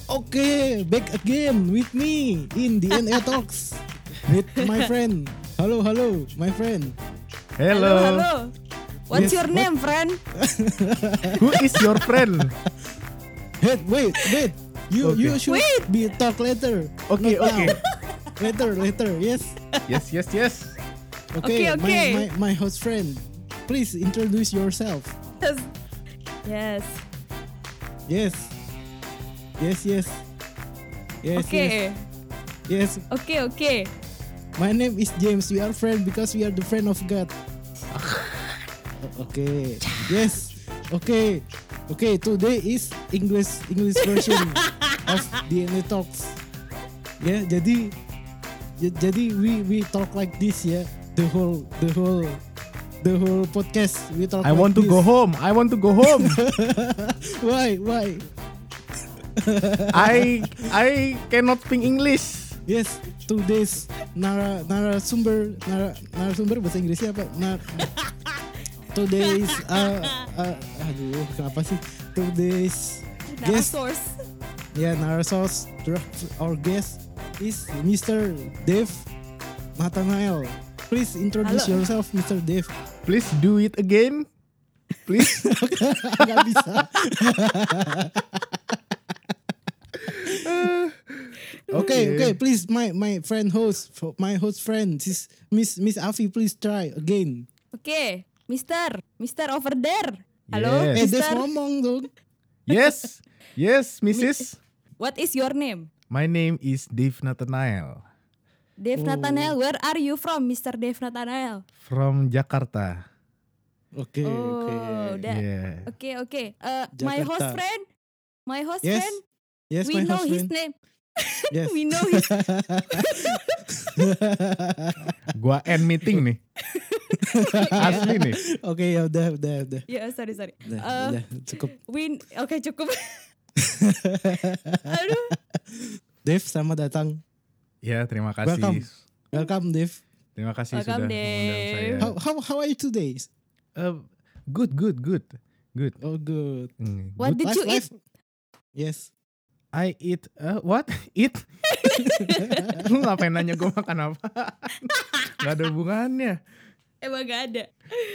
Okay, back again with me in DNA Talks with my friend. Hello, my friend. Hello. What's Yes, your name, friend? Who is your friend? Hey, wait. You Okay. should be talk later. Okay, Not okay. now. Later. Yes. Yes. Okay. Okay. My host friend. Please introduce yourself. Yes. Yes. Okay. Yes. Okay. My name is James. We are friends because we are the friend of God. Okay. Yes. Okay. Today is English version of DNA Talks. Ya, jadi we talk like this ya. The whole podcast we talk. I like want to this. go home. Why? I cannot speak English. Yes, today's narasumber bahasa Inggrisnya apa? Today's aduh kenapa sih? Today's guest, Source. Narasource. Our guest is Mr. Dave Nathanael. Please introduce Halo. yourself, Mr. Dave. Please do it again. Please. Gak bisa. Okay. Please, my host friend, Miss Afi, please try again. Okay. Mister over there. Halo, Yes. Dave Mister. ngomong dong. Yes, Mrs. What is your name? My name is Dave Nathanael Dave Nathanael. Where are you from, Mr. Dave Nathanael? from Jakarta. Oke. Yeah. Okay. My host Jakarta. friend. Yes. friend. Yes, We my know host his friend. name. Yes. We know his. Gua end meeting nih. Asli nih. Oke, ya udah. Ya, sorry. Udah, cukup. Oke, cukup. Aduh. Dave, selamat datang. Ya, terima kasih. Welcome, Dave. Terima kasih Welcome, sudah mengundang Dave. saya. How are you today? Good. Oh, good. What did you eat? Yes. I eat what? Eat? Lu ngapain nanya gue makan apa? Gak ada hubungannya. Emang gak ada.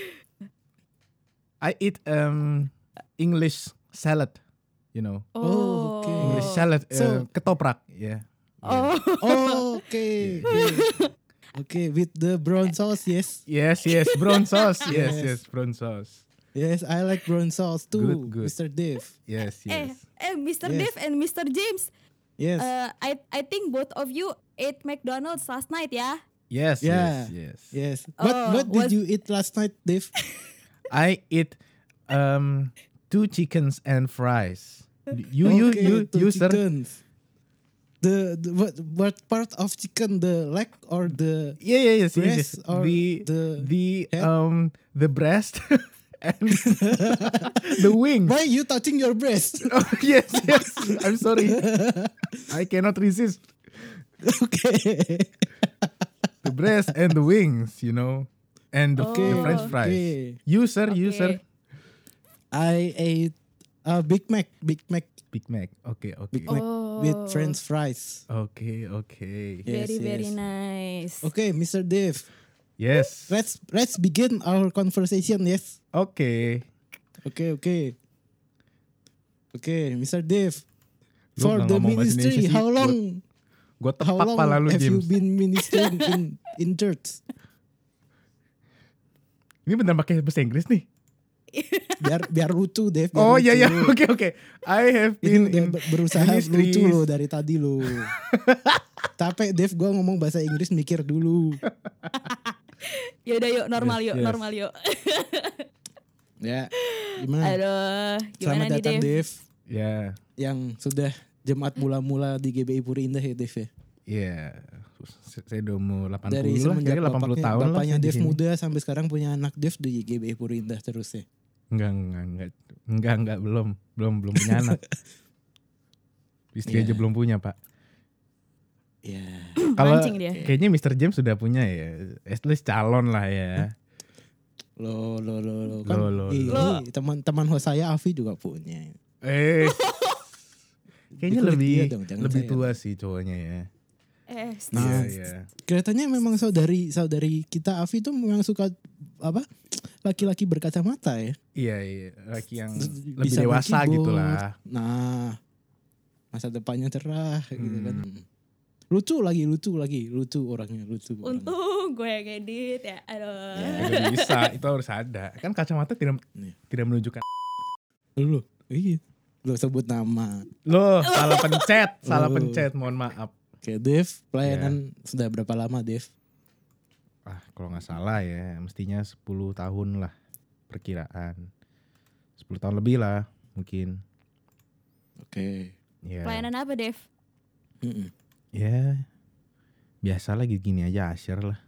I eat English salad, you know. Oh, okay. English salad, So- ketoprak, ya. Oh. Oh, okay. Okay, with the brown sauce, yes. Yes, brown sauce. Yes. Yes, brown sauce. Yes, I like brown sauce too, Good. Mr. Dave. Yes. Mr. Yes. Dave and Mr. James. Yes. I think both of you ate McDonald's last night, ya? Yes. Yes. Oh, What did you eat last night, Dave? I eat 2 chickens and fries. You two sir? chickens. The what part of chicken? The leg or the Yes. breast or The head? the breast and the wings. Why you touching your breast? Oh, yes. I'm sorry. I cannot resist. Okay. The breast and the wings, you know, and the French fries. Okay. You sir. I ate a Big Mac. Big Mac. Okay. Big Mac with French fries. Okay. Yes, Very yes. nice. Okay, Mr. Dave. Yes. Let's begin our conversation. Yes. Okay. Okay, Mr. Dave. Lu For nggak the ngomong bahasa ministry, Indonesia sih, how long Gue tepak pala lu, have you James. been ministering in church? Ini benar pakai bahasa Inggris nih. Biar lucu, Dave. biar Oh lucu. iya. Oke. I have Ini been udah in berusaha ministries. lucu lo dari tadi lo. Capek Dave, gue ngomong bahasa Inggris mikir dulu. Yaudah yuk, normal Yes, yuk, yes. normal yuk. Ya, gimana? Aduh, gimana Selamat nih datang, Dave? Dave. Ya. Yang sudah jemaat mula-mula di GBI Puri Indah ya, Dave ya. Iya. Saya udah mau 80 Dari lah, semenjak kira 80 tahun lah. bapaknya saya di Dave sini. muda sampai sekarang punya anak Dave di GBI Puri Indah terus ya. Enggak, belum punya anak. Istri aja belum punya, Pak. Ya. Kalau Mancing dia. kayaknya Mr. James sudah punya ya. At least calon lah ya. Lo kan Lo. ini teman-teman host saya Afi juga punya. Kayaknya Dikulik lebih dia dong, jangan lebih saya. tua sih cowoknya ya. Nah, Iya. kelihatannya memang saudari kita Afi tuh memang suka apa? Laki-laki berkacamata ya. Iya, laki yang lebih Bisa main dewasa keyboard. gitu lah. Nah, masa depannya cerah gitu kan. Hmm. Lucu orangnya. Untung gue yang edit ya. Aduh. Ya. Gak bisa, itu harus ada. Kan kacamata Iya. tidak menunjukkan. Lu, iya. Lu sebut nama. Loh, salah Oh. pencet, mohon maaf. Oke, Dev, pelayanan sudah berapa lama, Dev? Kalau nggak salah ya, mestinya 10 tahun lah perkiraan. 10 tahun lebih lah mungkin. Oke. Ya. Pelayanan apa, Dev? Mm-mm. Ya, biasa lagi gini aja Asher lah.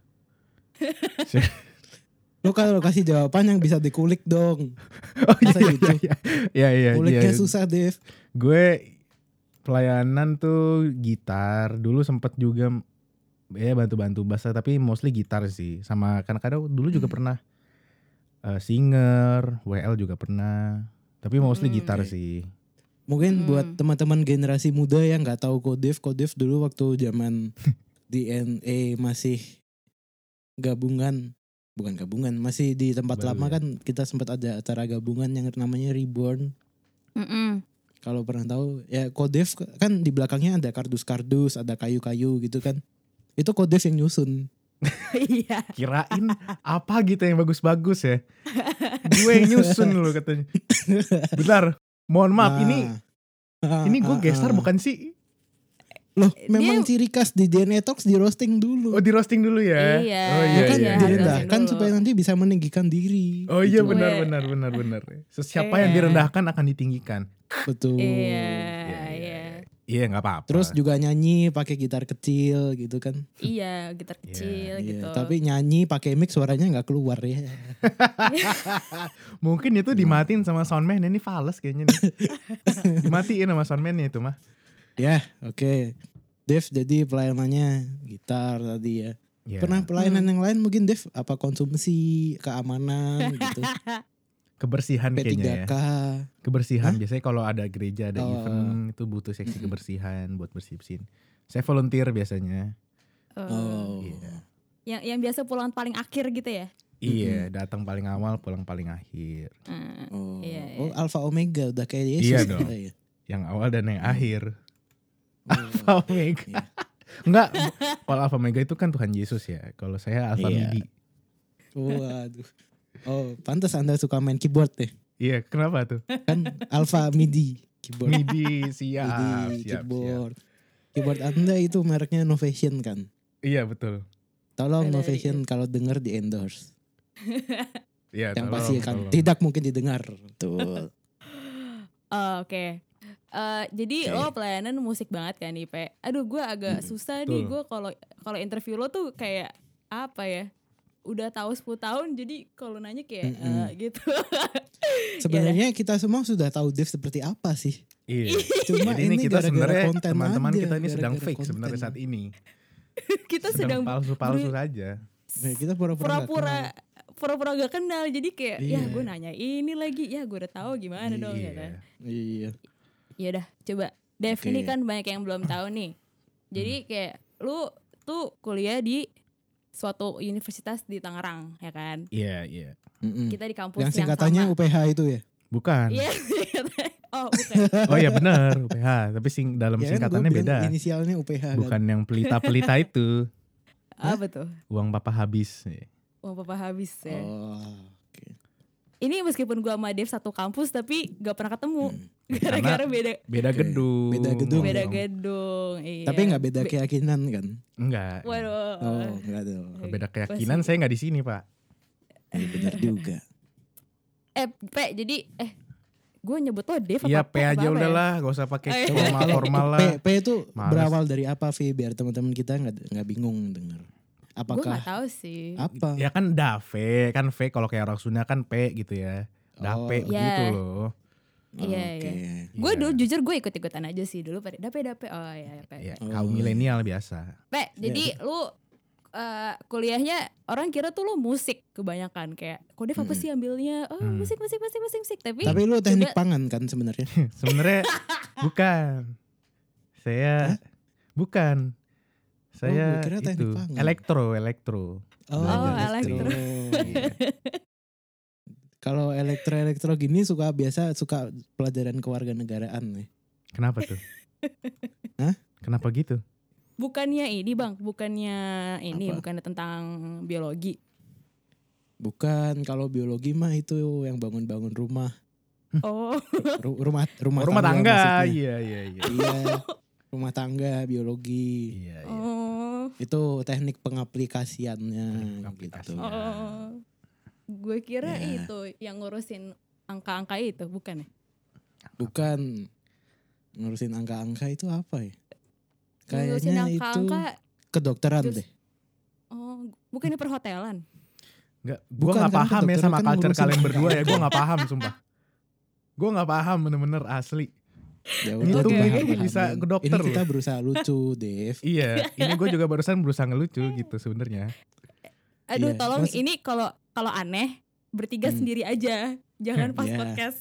Lo kalau kasih jawaban yang bisa dikulik dong. Oh Masa gitu? Iya. Kuliknya susah, Dev. Gue pelayanan tuh gitar. Dulu sempet juga ya bantu-bantu bass tapi mostly gitar sih. Sama kadang-kadang dulu juga pernah singer, WL juga pernah. Tapi mostly gitar Oke. sih. Mungkin buat teman-teman generasi muda yang nggak tahu Kodev dulu waktu zaman DNA masih bukan gabungan, masih di tempat Baru lama ya? kan kita sempat ada acara gabungan yang namanya Reborn. Kalau pernah tahu ya Kodev kan di belakangnya ada kardus-kardus, ada kayu-kayu gitu kan. Itu Kodev yang nyusun. Iya. Kirain apa gitu yang bagus-bagus ya. Gue yang nyusun loh katanya. Bentar, mohon maaf ini gue gestar bukan sih? Loh, memang ciri khas di DNA Talks di roasting dulu. Oh di roasting dulu ya? Iya. Oh iya, Bukan iya, direndahkan dulu. supaya nanti bisa meninggikan diri. Oh iya Gitu. benar. Siapa yang Iya. direndahkan akan ditinggikan. Betul. Iya. Iya nggak apa-apa. Terus juga nyanyi pakai gitar kecil gitu kan. Iya, gitar kecil Iya, gitu. tapi nyanyi pakai mic suaranya nggak keluar ya. Mungkin itu dimatiin sama soundman ini fals kayaknya nih. Dimatiin sama soundman-nya itu mah. Ya, oke. Dev jadi pelayanannya gitar tadi ya. Ya. Pernah pelayanan yang lain mungkin Dev? Apa konsumsi, keamanan gitu. Kebersihan kayaknya ya. P3K. Kebersihan Hah? biasanya kalau ada gereja ada Oh. event itu butuh seksi kebersihan buat bersihin. Saya volunteer biasanya. Oh. Iya. Yang biasa pulang paling akhir gitu ya. Iya, datang paling awal, pulang paling akhir. Oh. Iya, iya. Oh, Alpha Omega udah kayak Yesus. Iya gitu dong. ya. Yang awal dan yang akhir. Oh. Alpha Omega. Iya. Enggak, kalau Alpha Omega itu kan Tuhan Yesus ya. Kalau saya Alpha Iya. Midi. Waduh. Oh, pantas Anda suka main keyboard deh. Iya, kenapa tuh? Kan Alpha MIDI keyboard. Midi, siap, MIDI siap. keyboard. Keyboard Anda itu mereknya Novation kan. Iya, betul. Tolong Dari- Novation kalau dengar di endorse. Iya, Yang tolong, pasti kan tolong. tidak mungkin didengar. Tuh. Oke. Jadi Oke. lo pelayanan musik banget kan nih, Pe? Aduh, gue agak susah nih. betul. Gue kalau interview lo tuh kayak apa ya? Udah tahu 10 tahun, jadi kalau nanya kayak gitu. Sebenarnya kita semua sudah tahu Dev seperti apa sih. Iya. Cuma Jadi ini ini kita gara-gara sebenarnya konten teman-teman aja, kita ini sedang gara-gara fake konten. sebenarnya saat ini. Kita Sedang sedang palsu-palsu saja. Nah, kita pura-pura nggak kenal. pura-pura gak kenal. Jadi kayak ya Iya. gue nanya ini lagi, ya gue udah tahu gimana dong ya kan. Iya. Ya udah, coba Dev, Oke. ini kan banyak yang belum tahu nih. Jadi kayak lu tuh kuliah di suatu universitas di Tangerang, ya kan? Iya, iya. Mm-mm. Kita di kampus Yang yang singkatannya sama. UPH itu ya. Bukan. Iya. Oh, bukan. Oh iya benar, UPH. Tapi dalam Ya kan, singkatannya gua bilang beda. Inisialnya UPH Bukan kan. yang pelita-pelita itu. Apa tuh? Uang papa habis. Uang papa habis ya. Oh, oke. Ini meskipun gua sama Dev satu kampus tapi gak pernah ketemu. Hmm. Gara-gara beda Beda Oke. gedung. Beda gedung. beda dong. gedung. Iya. Tapi nggak beda keyakinan kan? Enggak. Waduh. Oh, nggak dong. Kalau beda keyakinan saya nggak di sini, Pak. Iya benar juga. Pe, jadi gue nyebut lo Dev Iya, apa P aja apa ya? udahlah, gak usah pakai Oh, iya. formal lah. P itu Males. berawal dari apa V biar teman-teman kita nggak bingung denger. Gue Apakah gak tahu sih. apa? Ya kan Dave, kan V kalau kayak orang Sunda kan P gitu ya. Dape Oh. begitu Iya. loh. Iya, Oke. iya. Gue Iya. dulu jujur gue ikut-ikutan aja sih dulu pada dape. Oh iya, Pe. Ya, Oh. kaum milenial biasa. Pe, jadi lu kuliahnya orang kira tuh lu musik kebanyakan kayak kok Dev apa sih ambilnya? Oh, Hmm. musik. Tapi Tapi lu teknik coba- pangan kan sebenarnya. Sebenarnya bukan. Saya bukan. Saya gua kira teknik itu pangan. elektro. Oh, Belajar elektro. Iya. Kalau elektro gini suka pelajaran kewarganegaraan nih. Kenapa tuh? Hah? Kenapa gitu? Bukannya ini bang, bukannya Apa? tentang biologi. Bukan, kalau biologi mah itu yang bangun-bangun rumah. Oh, Rumah Rumah tangga. maksudnya. Iya. Iya, rumah tangga, biologi. Iya. oh, Itu teknik pengaplikasiannya Aplikasi. gitu. oh. Gue kira Ya. itu yang ngurusin angka-angka itu, bukan ya? Bukan, ngurusin angka-angka itu apa ya? Ngurusin Kayaknya itu angka-angka. kedokteran Just- deh. Oh, bukannya perhotelan? Enggak, gue Bukan, gak kan paham ya kedokteran sama kan culture ngurusin kalian angka. berdua ya. Gue gak paham sumpah. Gue gak paham bener-bener asli. Ya Ngitung Oke. itu bisa ke dokter Ini kita loh. berusaha lucu, Dev. Iya, ini gue juga barusan berusaha ngelucu gitu sebenarnya. Aduh, Iya, tolong maksud- ini kalau aneh bertiga sendiri aja, jangan pas Iya. podcast.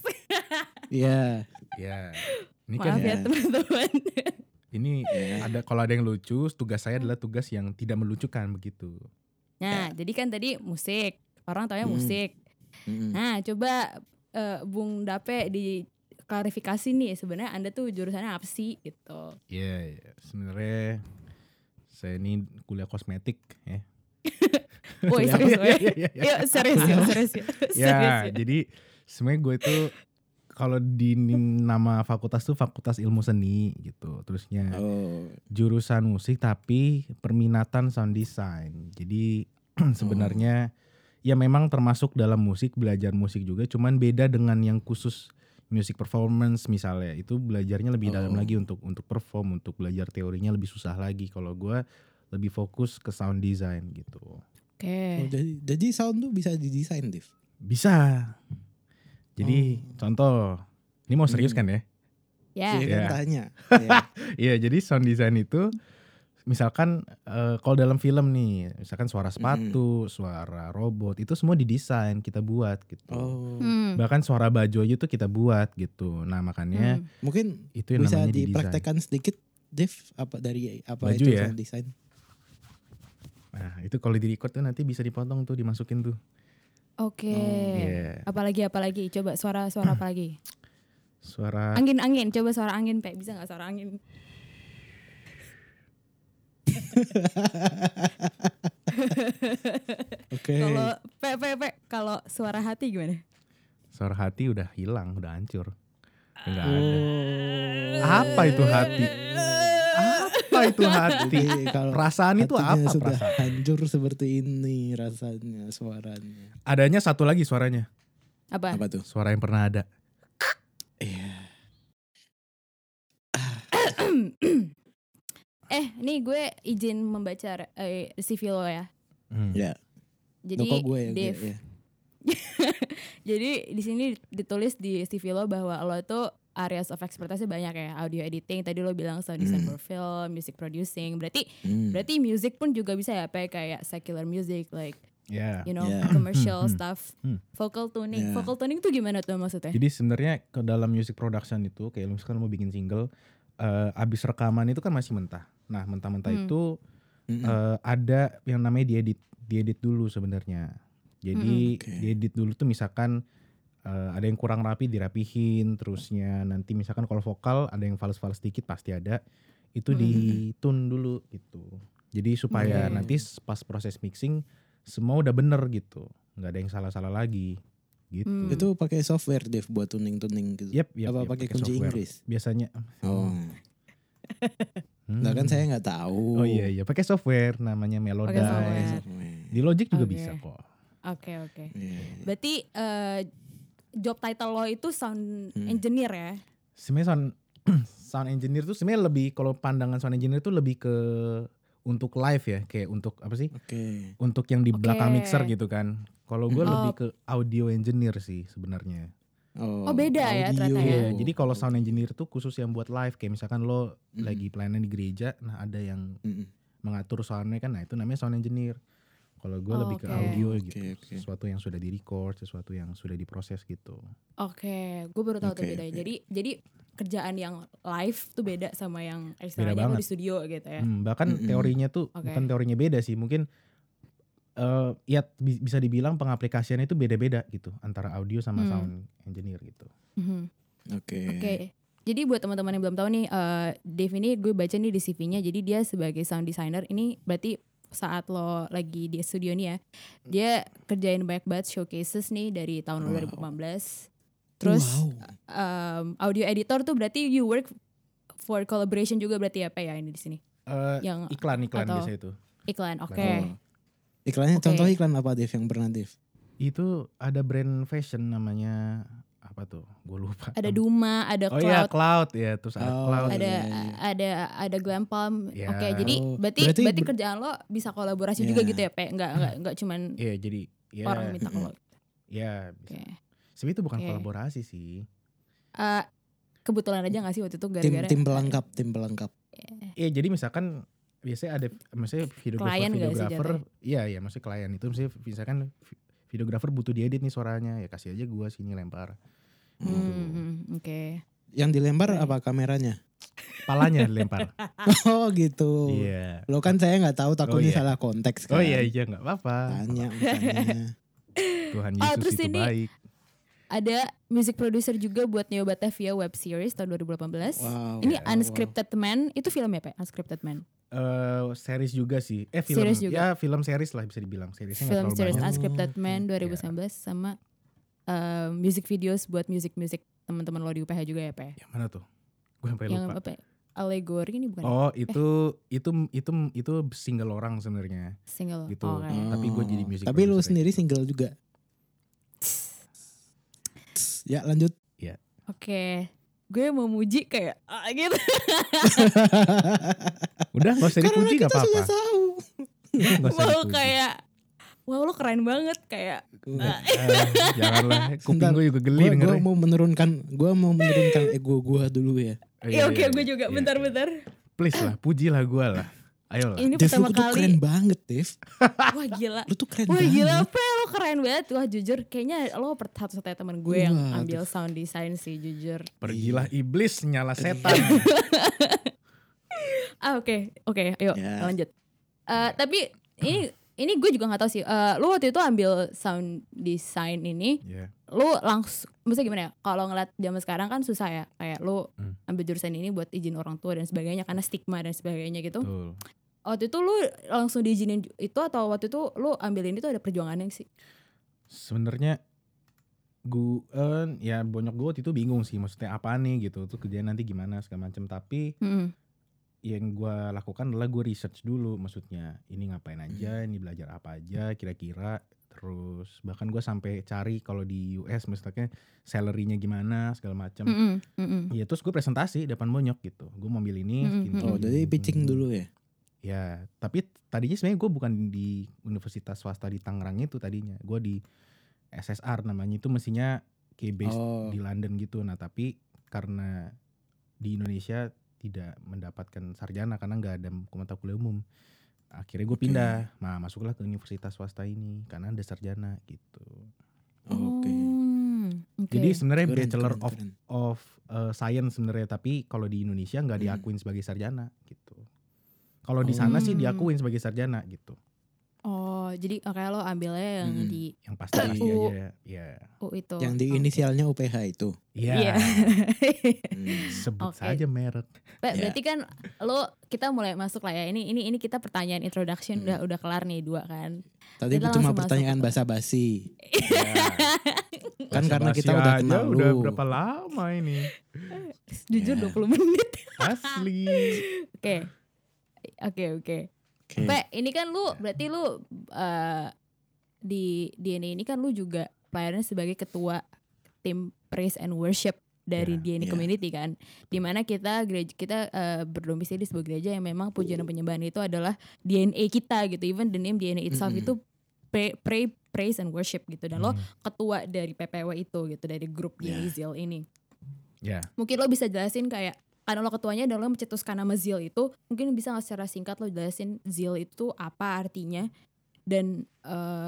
Iya. Ya, ini Maaf kan ya teman-teman. ini Ya. ada kalau ada yang lucu, tugas saya adalah tugas yang tidak melucukan begitu. Nah, jadi kan tadi musik, orang taunya Hmm. musik. Mm-mm. Nah, coba Bung Dape diklarifikasi nih, sebenarnya Anda tuh jurusannya apa sih gitu. Iya, sebenarnya saya ini kuliah kosmetik ya. Woi, Kuliah serius apa? woi. Iya. Yuk, serius ya, serius ya. Ya, Serius ya. jadi sebenarnya gue itu kalau di nama fakultas tuh Fakultas Ilmu Seni gitu. Terusnya Oh. jurusan musik tapi perminatan sound design. Jadi sebenarnya ya memang termasuk dalam musik, belajar musik juga, cuman beda dengan yang khusus music performance misalnya. Itu belajarnya lebih dalam lagi untuk perform, untuk belajar teorinya lebih susah lagi. Kalau gue lebih fokus ke sound design gitu. Oke. Oh, jadi sound tuh bisa didesain, Dev. Bisa. Jadi contoh, ini mau serius kan ya? Ya. Iya kan Ya. tanya. Iya. Iya, jadi sound design itu misalkan kalau dalam film nih, misalkan suara sepatu, suara robot, itu semua didesain, kita buat gitu. Oh. Bahkan suara baju aja tuh kita buat gitu. Nah, makanya Mungkin itu yang bisa namanya didesain. dipraktekkan sedikit, Dev, apa Baju itu ya? sound design? Nah, itu kalau di record tuh nanti bisa dipotong tuh, dimasukin tuh. Oke. Iya. Apalagi? Coba suara apa lagi? Suara Angin, coba suara angin, Pe. Bisa gak suara angin? Oke. Kalau Pe, kalau suara hati gimana? suara hati udah hilang, udah hancur. Enggak Oh. ada. Apa itu hati? Apa itu hati? Jadi kalau Perasaan itu hatinya apa sudah perasaan? hancur seperti ini rasanya, suaranya. Adanya satu lagi suaranya. Apa? Apa tuh? Suara yang pernah ada. Iya. Nih gue izin membaca CV lo ya. Ya. Jadi Kok gue ya? Dev. Ya. Jadi di sini ditulis di CV lo bahwa lo itu areas of expertise banyak ya, audio editing. Tadi lo bilang sound design for film, music producing. Berarti music pun juga bisa ya, kayak secular music, like Ya. you know, Yeah. commercial stuff, vocal tuning. Yeah. Vocal tuning tuh gimana tuh maksudnya? Jadi sebenarnya ke dalam music production itu kayak lu misalkan mau bikin single, abis rekaman itu kan masih mentah. Nah, mentah-mentah itu ada yang namanya diedit dulu sebenarnya. Jadi diedit dulu tuh misalkan ada yang kurang rapi dirapihin, terusnya nanti misalkan kalau vokal ada yang fals-fals dikit pasti ada. Itu ditune dulu gitu. Jadi supaya nanti pas proses mixing semua udah bener gitu. Nggak ada yang salah-salah lagi gitu. Itu pakai software, Dev, buat tuning gitu. Yep, Apa pakai kunci software. Inggris? Biasanya. Oh. Nah kan saya nggak tahu. Oh iya, pakai software namanya Melodyne. software. Di Logic juga Oke. bisa kok. Oke. Iya. Berarti job title lo itu sound engineer ya? Sebenarnya sound engineer tuh sebenarnya lebih, kalau pandangan sound engineer tuh lebih ke untuk live ya, kayak untuk apa sih? Oke. Untuk yang di belakang Oke. mixer gitu kan. Kalau gue lebih ke audio engineer sih sebenarnya. Oh, beda ya ternyata ya? Iya, jadi kalau sound engineer tuh khusus yang buat live, kayak misalkan lo lagi pelayanan di gereja, nah ada yang mengatur soundnya kan, nah itu namanya sound engineer. Kalau gue lebih ke Oke. audio gitu, Oke. sesuatu yang sudah di record, sesuatu yang sudah diproses gitu. Oke, gue baru tahu tuh Oke, bedanya. oke. Jadi kerjaan yang live tuh beda sama yang Beda istilahnya lu banget. di studio gitu ya. Bahkan teorinya tuh Oke. bukan teorinya beda sih, mungkin ya bisa dibilang pengaplikasiannya itu beda-beda gitu antara audio sama sound engineer gitu. Oke. Jadi buat teman-teman yang belum tahu nih, Dave ini gue baca nih di CV-nya, jadi dia sebagai sound designer ini berarti saat lo lagi di studio nih ya, dia kerjain banyak banget showcases nih dari tahun 2015. Terus audio editor tuh berarti you work for collaboration juga berarti apa ya ini di sini? Yang Iklan atau- biasa itu. Iklan, oke. Iklannya Oke. contoh iklan apa Dev yang pernah Dev? Itu ada brand fashion namanya apa tuh? Gue lupa. Ada Duma, ada Oh iya, Cloud, Cloud ya, terus ada Oh, Cloud. ada Glam Palm. Ya. Oke, jadi Oh, berarti berarti kerjaan lo bisa kolaborasi Ya. juga gitu ya, Pe? Enggak cuman Iya, jadi ya orang minta ke lo. ya bisa. Oke. Sebenarnya itu bukan Oke. kolaborasi sih. Kebetulan aja gak sih waktu itu tim gara-gara tim pelengkap. Iya, jadi misalkan biasanya ada misalnya Klien nggak sih videografer, iya maksudnya klien itu misalkan videografer butuh diedit nih suaranya, ya kasih aja gua sini lempar. Oke. Yang dilempar apa kameranya? Palanya dilempar. Oh gitu. Iya. Lo kan saya nggak tahu takutnya iya. salah konteks kan. Oh iya nggak apa-apa. Tanya makanya. Tuhan Oh, Yesus terus itu ini baik. Ada music producer juga buat Neo Batavia web series tahun 2018. Wow. Ini Unscripted Man, itu filmnya Pe? Unscripted Man. Series juga sih. Film Series juga. ya film series lah bisa dibilang. Seriesnya nggak Film terlalu series banyak. Unscripted Man 2019 sama music videos buat music teman-teman lo di UPH juga ya Pe? Yang mana tuh? Gue sampai Yang lupa. apa? Allegory ini bukan? Oh itu single orang sebenarnya Single. gitu. Oh, oke. Tapi gue jadi music. Tapi lu producer. sendiri single juga. Ya lanjut. Oke. Gue mau muji kayak gitu. Udah nggak usah dipuji nggak apa-apa. tahu. Nggak usah Mau dipuji. kayak wow lo keren banget kayak Janganlah, kuping Bentar, gue juga geli Gue dengernya. mau menurunkan ego gue dulu ya. ya oke gue juga Iya. bentar. Please lah, pujilah gue lah. Ayolah. Ini Dev, pertama lu tuh keren kali. banget Dev. Wah gila. Lu tuh keren Wah banget. gila Pe, lo keren banget. Wah jujur kayaknya lo satu-satunya temen gue yang Wah, ambil sound design sih jujur. Pergilah iblis nyala setan. Oke, ayo Ya. lanjut. Tapi ini gue juga nggak tahu sih. Lo waktu itu ambil sound design ini, Iya. lo langsung, maksudnya gimana ya? Kalau ngeliat zaman sekarang kan susah ya. Kayak lo ambil jurusan ini buat izin orang tua dan sebagainya karena stigma dan sebagainya gitu. Betul. Waktu itu lo langsung diizinin itu atau waktu itu lo ambil ini tuh ada perjuangannya sih? Sebenarnya gue ya bonyok gue waktu itu bingung sih maksudnya apa nih gitu tuh kerjaan nanti gimana segala macam, tapi yang gue lakukan adalah gue research dulu, maksudnya ini ngapain aja, ini belajar apa aja kira-kira, terus bahkan gue sampai cari kalau di US misalnya salary-nya gimana segala macam. Ya terus gue presentasi depan bonyok gitu, gue mau ambil ini. gini, Oh, jadi pitching dulu ya. Ya, tapi tadinya sebenarnya gue bukan di universitas swasta di Tangerang itu tadinya. Gue di SSR namanya, itu mestinya kayak based di London gitu. Nah, tapi karena di Indonesia tidak mendapatkan sarjana karena nggak ada mata kuliah umum. Akhirnya gue pindah. Nah, masuklah ke universitas swasta ini karena ada sarjana gitu. Oke. Jadi sebenarnya Keren, Bachelor keren. of Science sebenarnya, tapi kalau di Indonesia nggak diakuin sebagai sarjana gitu. Kalau di sana sih diakuin sebagai sarjana gitu. Oh, jadi kayak lo ambilnya yang di Yang pasti U. aja ya. itu. Yang di inisialnya UPH itu. Iya. Iya. Sebut Oke. saja merek. Berarti kan kita mulai masuk lah ya. Ini kita pertanyaan introduction udah kelar nih 2 kan. Tadi Kita itu cuma langsung pertanyaan masuk. basa-basi. Kan Basa-basi karena kita udah aja kenal udah lu. berapa lama ini? Jujur 20 menit. Asli. Oke. Oke. Pe, ini kan lu berarti lu di DNA ini kan lu juga pelayanan sebagai ketua tim praise and worship dari DNA community kan, dimana kita berdomisili di sebuah gereja yang memang pujian dan penyembahan itu adalah DNA kita gitu, even the name DNA itself itu pray, praise and worship gitu, dan lo ketua dari PPW itu gitu, dari grup DNA Zeal ini. Mungkin lo bisa jelasin kayak karena lo ketuanya dan lo mencetuskan nama Zeal itu, mungkin bisa nggak secara singkat lo jelasin Zeal itu apa artinya, dan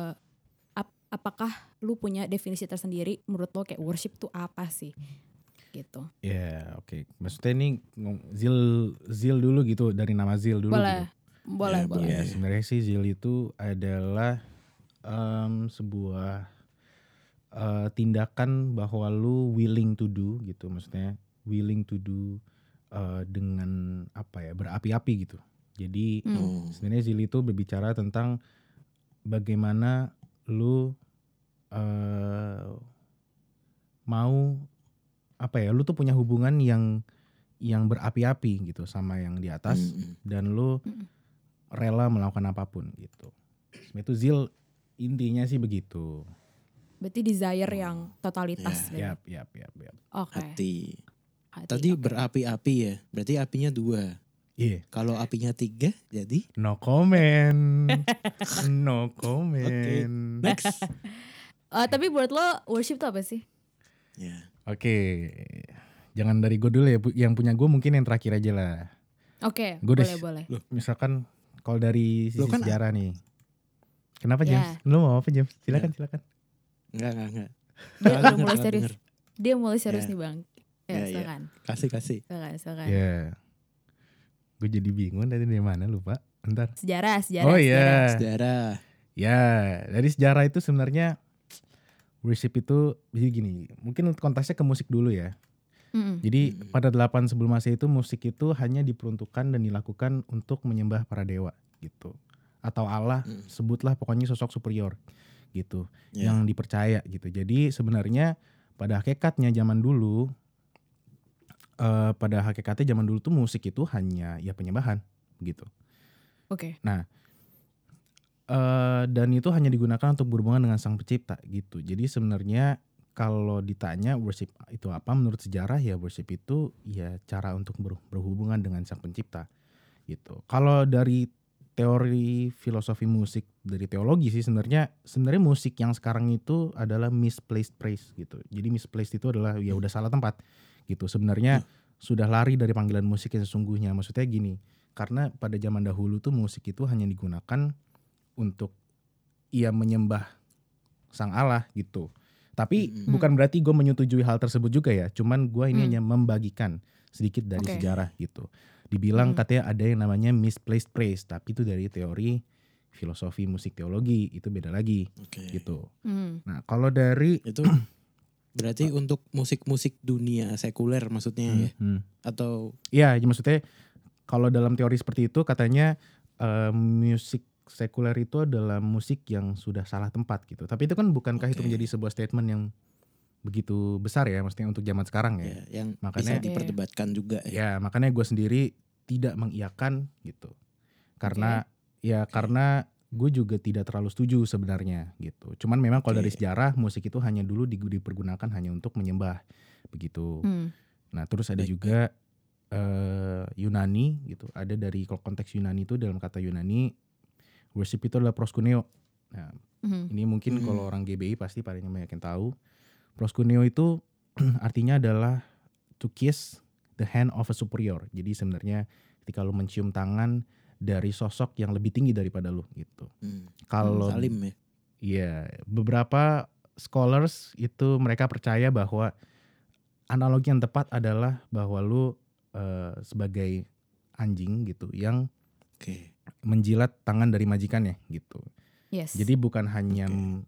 apakah lu punya definisi tersendiri menurut lo kayak worship tuh apa sih? gitu. Ya, oke. Maksudnya ini Zil dulu gitu, dari nama Zil dulu Boleh, gitu. boleh, Ya, boleh. Ya, sebenarnya sih Zil itu adalah sebuah tindakan bahwa lu willing to do gitu. Maksudnya willing to do dengan apa ya, berapi-api gitu. Jadi sebenarnya Zil itu berbicara tentang bagaimana lu mau apa ya, lu tuh punya hubungan yang berapi-api gitu sama yang di atas dan lu rela melakukan apapun gitu. Sebenarnya itu Zil intinya sih begitu. Berarti desire yang totalitas. Ya. Yap. Oke. Hati. Hati, Tadi oke. berapi-api ya. Berarti apinya 2. Iya. Kalau apinya 3 jadi No comment. No comment. next. Tapi buat lo worship tuh apa sih? Ya. Oke. Jangan dari gue dulu ya. Yang punya gue mungkin yang terakhir aja lah. Oke, Gua udah boleh. Misalkan kalau dari sisi Lo kan sejarah nih. Kenapa Ya. James? Lu mau apa James? Silakan. Enggak. Dia udah mulai Salah serius. denger. Dia mulai serius Ya. nih bang. Ya, ya. Silakan. Kasih. Silakan. Ya. Gue jadi bingung dari mana lupa. Bentar. Sejarah. Oh iya. Sejarah. Ya, dari sejarah itu sebenarnya worship itu jadi gini. Mungkin konteksnya ke musik dulu ya. Jadi pada 8 sebelum Masehi itu musik itu hanya diperuntukkan dan dilakukan untuk menyembah para dewa gitu. Atau Allah, sebutlah pokoknya sosok superior gitu. Ya. Yang dipercaya gitu. Jadi sebenarnya pada hakikatnya zaman dulu tuh musik itu hanya ya penyembahan gitu. Oke. Nah, dan itu hanya digunakan untuk berhubungan dengan Sang Pencipta gitu. Jadi sebenarnya kalau ditanya worship itu apa, menurut sejarah ya worship itu ya cara untuk berhubungan dengan Sang Pencipta gitu. Kalau dari teori filosofi musik, dari teologi sih sebenarnya musik yang sekarang itu adalah misplaced praise gitu. Jadi misplaced itu adalah ya udah salah tempat gitu. Sebenarnya sudah lari dari panggilan musik yang sesungguhnya. Maksudnya gini, karena pada zaman dahulu tuh musik itu hanya digunakan untuk ia menyembah Sang Allah gitu. Tapi bukan berarti gue menyetujui hal tersebut juga ya. Cuman gue ini hanya membagikan sedikit dari sejarah gitu. Dibilang katanya ada yang namanya misplaced praise. Tapi itu dari teori filosofi musik teologi. Itu beda lagi gitu. Nah kalau dari Itu berarti untuk musik-musik dunia sekuler maksudnya ya? Atau iya maksudnya kalau dalam teori seperti itu katanya musik sekuler itu adalah musik yang sudah salah tempat gitu. Tapi itu kan bukankah itu menjadi sebuah statement yang begitu besar ya, maksudnya untuk zaman sekarang ya. yang Makanya bisa diperdebatkan juga ya. ya makanya gue sendiri tidak mengiyakan gitu. Karena karena gue juga tidak terlalu setuju sebenarnya gitu. Cuman memang kalau dari sejarah musik itu hanya dulu dipergunakan hanya untuk menyembah begitu. Nah terus ada juga Yunani gitu. Ada dari konteks Yunani itu, dalam kata Yunani worship itu adalah proskuneo. Nah, ini mungkin kalau orang GBI pasti paling banyak yang tahu. Proskuneo itu artinya adalah to kiss the hand of a superior. Jadi sebenarnya ketika lu mencium tangan dari sosok yang lebih tinggi daripada lu gitu. Kalau Salim ya. Iya, beberapa scholars itu mereka percaya bahwa analogi yang tepat adalah bahwa lu sebagai anjing gitu yang menjilat tangan dari majikannya gitu. Yes. Jadi bukan hanya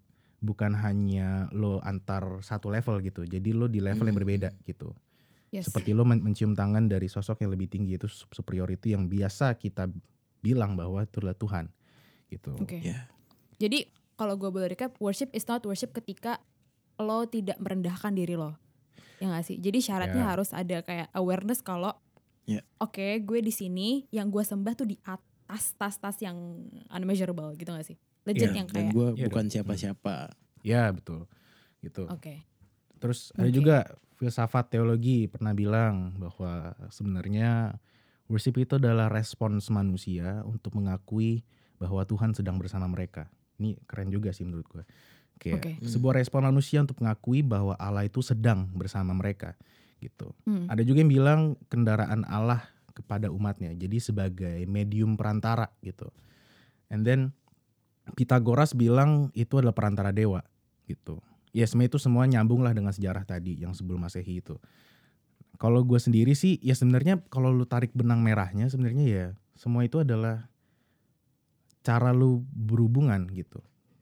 lo antar satu level gitu. Jadi lo di level yang berbeda gitu. Yes. Seperti lo mencium tangan dari sosok yang lebih tinggi, itu superiority yang biasa kita bilang bahwa itu adalah Tuhan gitu. Oke. Ya. Jadi kalau gue boleh recap, worship is not worship ketika lo tidak merendahkan diri lo. Ya gak sih? Jadi syaratnya harus ada kayak awareness kalau oke, gue di sini yang gue sembah tuh di atas tas yang unmeasurable gitu gak sih? Legit yang Dan kayak gue bukan siapa-siapa. Ya betul gitu. Oke. Terus ada juga filsafat teologi pernah bilang bahwa sebenarnya worship itu adalah respons manusia untuk mengakui bahwa Tuhan sedang bersama mereka. Ini keren juga sih menurut gue. Kayak sebuah respon manusia untuk mengakui bahwa Allah itu sedang bersama mereka gitu. Ada juga yang bilang kendaraan Allah kepada umatnya. Jadi sebagai medium perantara gitu. And then Pythagoras bilang itu adalah perantara dewa gitu. Ya sebenarnya itu semua nyambung lah dengan sejarah tadi yang sebelum Masehi itu. Kalau gue sendiri sih ya sebenarnya kalau lu tarik benang merahnya sebenarnya ya semua itu adalah cara lu berhubungan gitu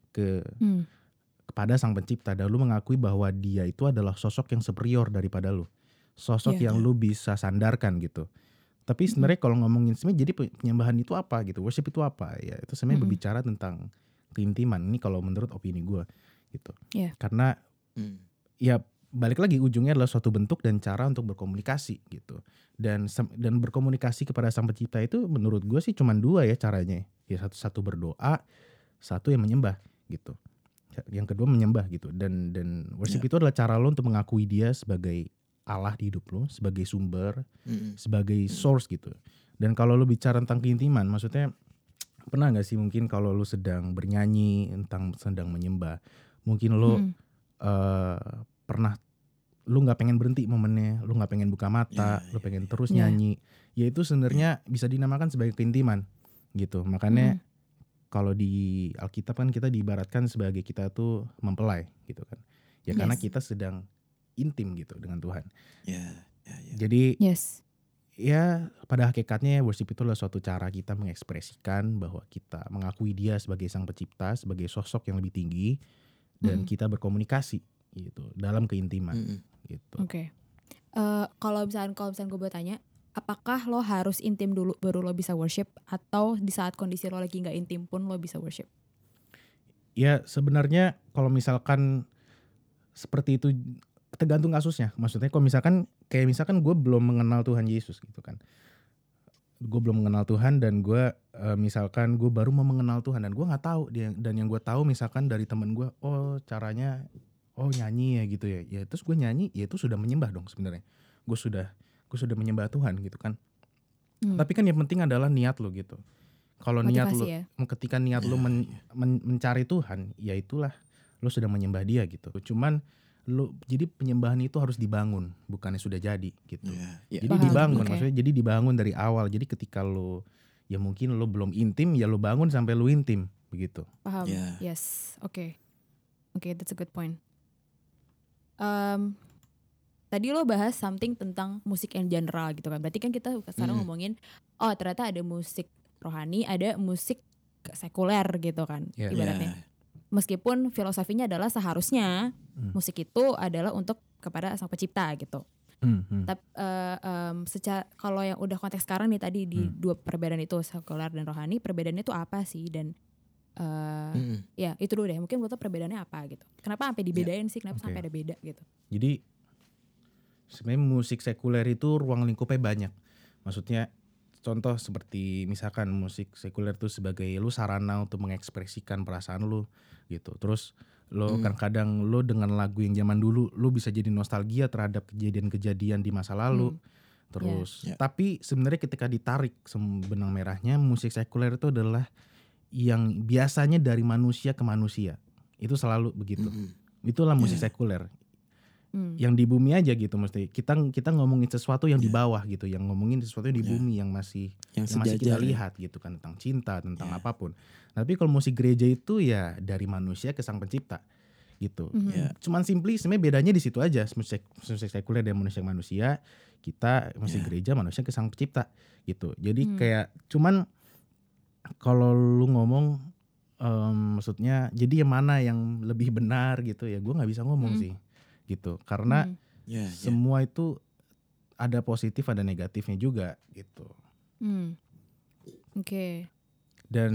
kepada sang pencipta dan lu mengakui bahwa dia itu adalah sosok yang superior daripada lu. Sosok yang lu bisa sandarkan gitu. Tapi sebenarnya kalau ngomongin sebenarnya jadi penyembahan itu apa gitu, worship itu apa? Ya itu sebenarnya berbicara tentang keintiman. Ini kalau menurut opini gue gitu. Karena ya balik lagi ujungnya adalah suatu bentuk dan cara untuk berkomunikasi gitu. Dan berkomunikasi kepada sang pencipta itu menurut gue sih cuma dua ya caranya. Ya satu berdoa, satu yang menyembah gitu. Yang kedua menyembah gitu. Dan worship itu adalah cara lo untuk mengakui dia sebagai Allah di hidup lo, sebagai sumber, sebagai source gitu. Dan kalau lo bicara tentang keintiman, maksudnya pernah gak sih mungkin kalau lo sedang bernyanyi, sedang menyembah, mungkin lo pernah lu nggak pengen berhenti momennya, lu nggak pengen buka mata, lu pengen terus nyanyi, ya itu sebenarnya bisa dinamakan sebagai keintiman gitu. Makanya kalau di Alkitab kan kita diibaratkan sebagai kita tuh mempelai gitu kan, ya karena kita sedang intim gitu dengan Tuhan. Jadi ya pada hakikatnya worship itu adalah suatu cara kita mengekspresikan bahwa kita mengakui dia sebagai sang pencipta, sebagai sosok yang lebih tinggi, dan kita berkomunikasi gitu dalam keintiman gitu. Kalau misalnya gue boleh tanya, apakah lo harus intim dulu baru lo bisa worship, atau di saat kondisi lo lagi nggak intim pun lo bisa worship? Ya sebenarnya kalau misalkan seperti itu tergantung kasusnya. Maksudnya kalau misalkan gue belum mengenal Tuhan Yesus gitu kan, gue belum mengenal Tuhan dan gue misalkan gue baru mau mengenal Tuhan dan gue nggak tahu dia, dan yang gue tahu misalkan dari temen gue, caranya nyanyi ya gitu ya terus gue nyanyi, ya itu sudah menyembah dong sebenarnya. Gue sudah menyembah Tuhan gitu kan. Tapi kan yang penting adalah niat lo gitu. Kalau niat lo ketika niat lo mencari Tuhan, ya itulah lo sudah menyembah dia gitu. Cuman lo jadi penyembahan itu harus dibangun, bukannya sudah jadi gitu. Jadi dibangun, maksudnya jadi dibangun dari awal. Jadi ketika lo ya mungkin lo belum intim, ya lo bangun sampai lo intim begitu. Paham. Yes. Oke, that's a good point. Tadi lo bahas something tentang musik yang general gitu kan. Berarti kan kita sekarang ngomongin ternyata ada musik rohani, ada musik sekuler gitu kan, ibaratnya. Meskipun filosofinya adalah seharusnya musik itu adalah untuk kepada sang pencipta gitu. Tapi secara kalau yang udah konteks sekarang nih tadi di dua perbedaan itu, sekuler dan rohani, perbedaannya itu apa sih? Dan ya itu dulu deh, mungkin menurut lo perbedaannya apa gitu, kenapa sampai dibedain sih, kenapa sampai ada beda gitu? Jadi sebenarnya musik sekuler itu ruang lingkupnya banyak. Maksudnya contoh seperti misalkan musik sekuler itu sebagai lu sarana untuk mengekspresikan perasaan lu gitu. Terus lo kadang-kadang lo dengan lagu yang zaman dulu lo bisa jadi nostalgia terhadap kejadian-kejadian di masa lalu. Terus tapi sebenarnya ketika ditarik benang merahnya, musik sekuler itu adalah yang biasanya dari manusia ke manusia. Itu selalu begitu. Itulah musik sekuler. Yang di bumi aja gitu, mesti kita ngomongin sesuatu yang di bawah gitu, yang ngomongin sesuatu yang di bumi yang masih kita lihat gitu kan, tentang cinta, tentang apapun. Tapi kalau musik gereja itu ya dari manusia ke sang pencipta gitu. Cuman simply sebenarnya bedanya di situ aja, musik sekuler dan manusia, kita musik gereja manusia ke sang pencipta gitu. Jadi kayak cuman kalau lu ngomong maksudnya jadi yang mana yang lebih benar gitu ya, gue nggak bisa ngomong sih gitu, karena semua itu ada positif ada negatifnya juga gitu. Dan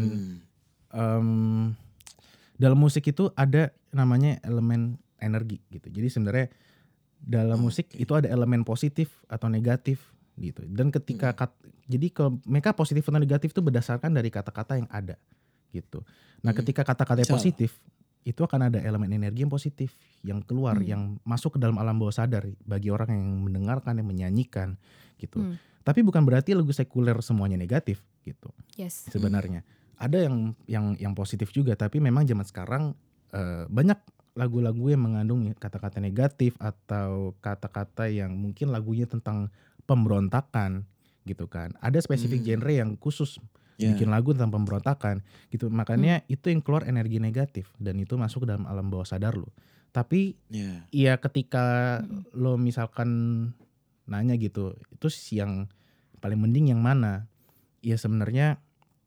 dalam musik itu ada namanya elemen energi gitu. Jadi sebenarnya dalam musik itu ada elemen positif atau negatif gitu. Dan ketika jadi kalau mereka positif atau negatif itu berdasarkan dari kata-kata yang ada gitu. Nah, ketika kata-kata positif itu akan ada elemen energi yang positif yang keluar, yang masuk ke dalam alam bawah sadar bagi orang yang mendengarkan, yang menyanyikan gitu. Tapi bukan berarti lagu sekuler semuanya negatif gitu. Sebenarnya ada yang positif juga, tapi memang zaman sekarang banyak lagu-lagu yang mengandung kata-kata negatif atau kata-kata yang mungkin lagunya tentang pemberontakan gitu kan. Ada spesifik genre yang khusus bikin lagu tentang pemberontakan gitu. Makanya itu yang keluar energi negatif dan itu masuk ke dalam alam bawah sadar lo. Tapi ya ketika lo misalkan nanya gitu, itu yang paling mending yang mana? Ya sebenarnya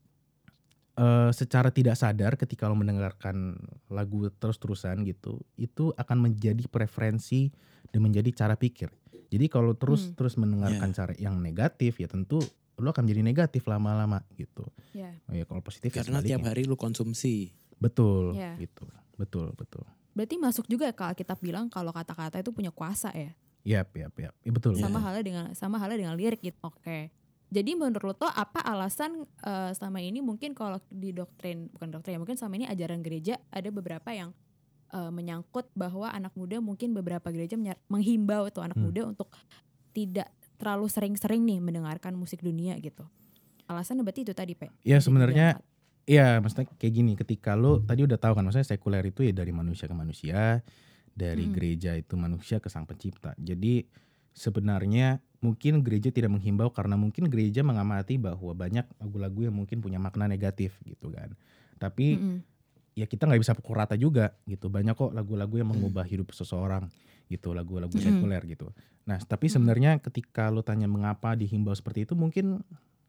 secara tidak sadar ketika lo mendengarkan lagu terus-terusan gitu, itu akan menjadi preferensi dan menjadi cara pikir. Jadi kalau terus mendengarkan cara yang negatif, ya tentu lo akan menjadi negatif lama-lama gitu. Yeah. Oh ya kalau positif Karena ya tiap hari lu konsumsi. betul Yeah. gitu. Betul. Berarti masuk juga kalau Alkitab bilang kalau kata-kata itu punya kuasa ya. Yap. Ya, betul. Sama halnya dengan lirik gitu. Oke. Jadi menurut lo apa alasan selama ini mungkin kalau di bukan doktrin, mungkin selama ini ajaran gereja ada beberapa yang menyangkut bahwa anak muda, mungkin beberapa gereja menghimbau tuh anak muda untuk tidak terlalu sering-sering nih mendengarkan musik dunia gitu. Alasannya berarti itu tadi, Pe. Ya sebenarnya ya maksudnya kayak gini, ketika lo tadi udah tahu kan, maksudnya sekuler itu ya dari manusia ke manusia, dari gereja itu manusia ke sang pencipta. Jadi sebenarnya mungkin gereja tidak menghimbau karena mungkin gereja mengamati bahwa banyak lagu-lagu yang mungkin punya makna negatif gitu kan. Tapi ya kita nggak bisa pukul rata juga gitu. Banyak kok lagu-lagu yang mengubah hidup seseorang gitu, lagu-lagu sekuler gitu. Nah tapi sebenarnya ketika lo tanya mengapa dihimbau seperti itu, mungkin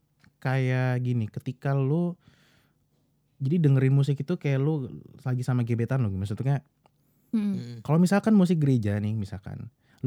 kayak gini, ketika lo jadi dengerin musik itu kayak lo lagi sama gebetan lo, maksudnya kalau misalkan musik gereja nih, misalkan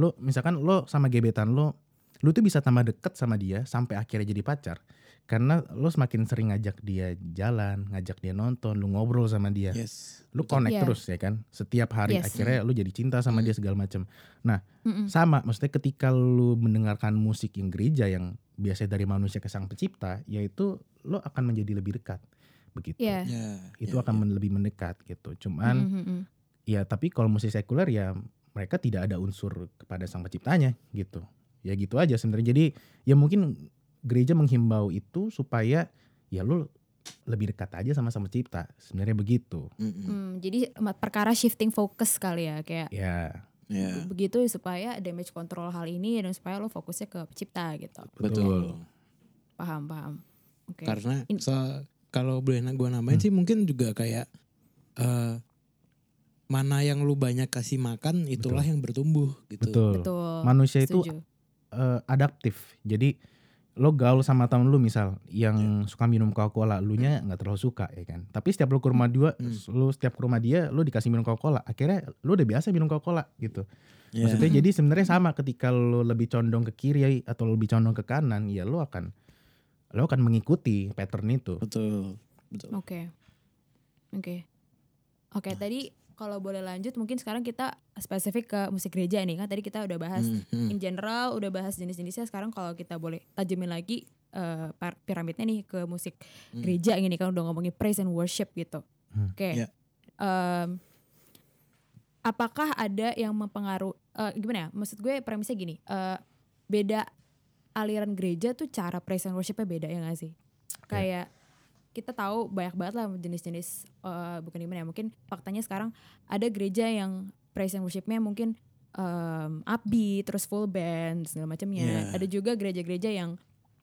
lo sama gebetan lo tuh bisa tambah deket sama dia sampai akhirnya jadi pacar karena lo semakin sering ngajak dia jalan, ngajak dia nonton, lo ngobrol sama dia, lo connect terus ya kan, setiap hari akhirnya lo jadi cinta sama dia segala macam. Nah sama maksudnya ketika lo mendengarkan musik yang gereja yang biasanya dari manusia ke sang pencipta, yaitu lo akan menjadi lebih dekat begitu. Itu akan lebih mendekat gitu. Cuman ya tapi kalau musik sekuler ya mereka tidak ada unsur kepada sang penciptanya gitu. Ya gitu aja sebenarnya. Jadi ya mungkin gereja menghimbau itu supaya ya lu lebih dekat aja sama sang pencipta. Sebenarnya begitu. Jadi perkara shifting focus kali ya, kayak begitu supaya damage control hal ini dan supaya lo fokusnya ke pencipta gitu. Betul. Paham. Okay. Karena kalau boleh gue nambahin sih mungkin juga kayak mana yang lu banyak kasih makan itulah yang bertumbuh gitu. Betul. Manusia itu Setuju. adaptif. Jadi lo gaul sama temen lu misal yang suka minum Coca-Cola, lu nya nggak terlalu suka ya kan. Tapi setiap lu ke rumah setiap ke rumah dia, lu dikasih minum Coca-Cola, akhirnya lu udah biasa minum Coca-Cola gitu. Maksudnya jadi sebenarnya sama ketika lu lebih condong ke kiri atau lebih condong ke kanan, ya lo akan mengikuti pattern itu. Betul. Oke, tadi kalau boleh lanjut mungkin sekarang kita spesifik ke musik gereja nih kan, tadi kita udah bahas in general, udah bahas jenis-jenisnya. Sekarang kalau kita boleh tajemin lagi piramidnya nih ke musik gereja ini kan, udah ngomongin praise and worship gitu. Apakah ada yang mempengaruhi gimana ya, maksud gue premisnya gini, beda aliran gereja tuh cara praise and worshipnya beda ya gak sih? Kayak kita tahu banyak banget lah jenis-jenis, bukan gimana ya, mungkin faktanya sekarang ada gereja yang praise and worshipnya mungkin upbeat, terus full band segala macamnya. Ada juga gereja-gereja yang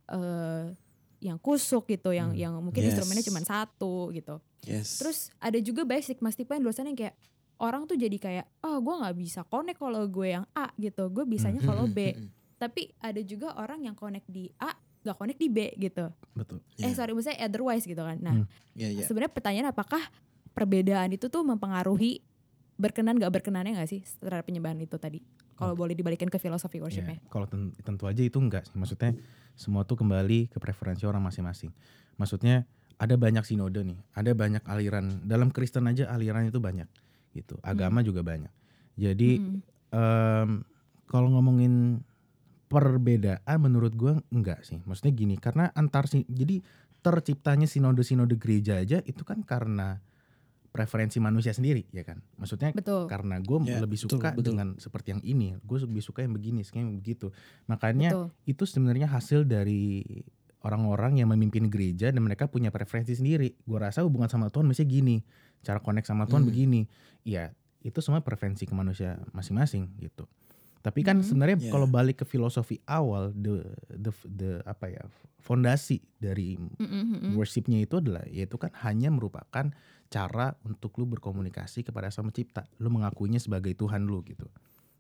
kusuk gitu, yang mungkin instrumennya cuma satu gitu. Terus ada juga banyak stigma-stigma yang luasan yang kayak orang tuh jadi kayak, gue nggak bisa connect kalau gue yang A gitu, gue bisanya kalau B. Tapi ada juga orang yang connect di A, gak connect di B gitu. Betul. Maksudnya otherwise gitu kan. Nah, sebenarnya pertanyaan apakah perbedaan itu tuh mempengaruhi berkenan gak berkenannya gak sih terhadap penyembahan itu tadi? Kalau boleh dibalikin ke filosofi worshipnya. Kalau tentu aja itu enggak sih. Maksudnya semua tuh kembali ke preferensi orang masing-masing. Maksudnya ada banyak sinode nih, ada banyak aliran. Dalam Kristen aja aliran itu banyak gitu. Agama juga banyak. Jadi kalau ngomongin perbedaan menurut gue enggak sih. Maksudnya gini, karena jadi terciptanya sinode-sinode gereja aja itu kan karena preferensi manusia sendiri ya kan. Maksudnya karena gue lebih suka dengan seperti yang ini, gue lebih suka yang begini, yang begitu. Makanya itu sebenarnya hasil dari orang-orang yang memimpin gereja dan mereka punya preferensi sendiri. Gue rasa hubungan sama Tuhan mestinya gini, cara connect sama Tuhan begini. Ya itu semua preferensi ke manusia masing-masing gitu. Tapi kan sebenarnya kalau balik ke filosofi awal, the apa ya, fondasi dari worshipnya itu adalah, yaitu kan hanya merupakan cara untuk lu berkomunikasi kepada Sang Pencipta, lu mengakuinya sebagai Tuhan lu gitu.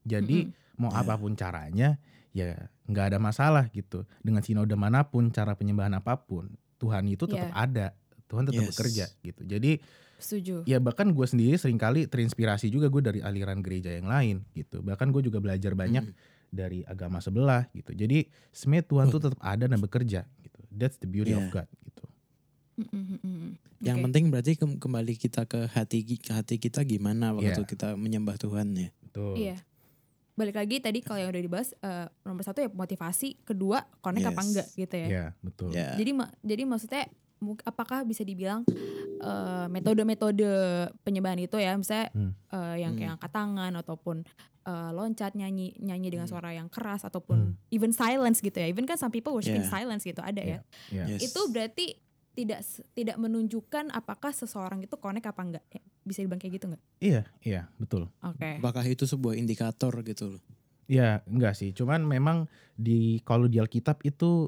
Jadi mau apapun caranya ya nggak ada masalah gitu. Dengan sinode manapun, cara penyembahan apapun, Tuhan itu tetap ada. Tuhan tetap bekerja gitu. Jadi setuju. ya bahkan gue sendiri seringkali terinspirasi juga gue dari aliran gereja yang lain gitu. Bahkan gue juga belajar banyak dari agama sebelah gitu. Jadi sebenarnya Tuhan tuh tetap ada dan bekerja gitu. That's the beauty of God gitu. Yang penting berarti kembali kita ke hati kita gimana waktu kita menyembah Tuhan ya. Betul. Iya. Balik lagi tadi kalau yang udah dibahas, nomor 1 ya motivasi, kedua connect apa enggak gitu ya. Iya, betul. Yeah. Jadi maksudnya apakah bisa dibilang metode-metode penyembahan itu ya, misalnya yang kayak angkat tangan ataupun loncat, nyanyi dengan suara yang keras ataupun even silence gitu ya. Even kan some people worship in silence gitu ada ya. Yes. Itu berarti tidak menunjukkan apakah seseorang itu connect apa enggak. Bisa dibilang kayak gitu enggak? Iya, betul. Oke. Apakah itu sebuah indikator gitu loh? Ya enggak sih, cuman memang kalau di Alkitab itu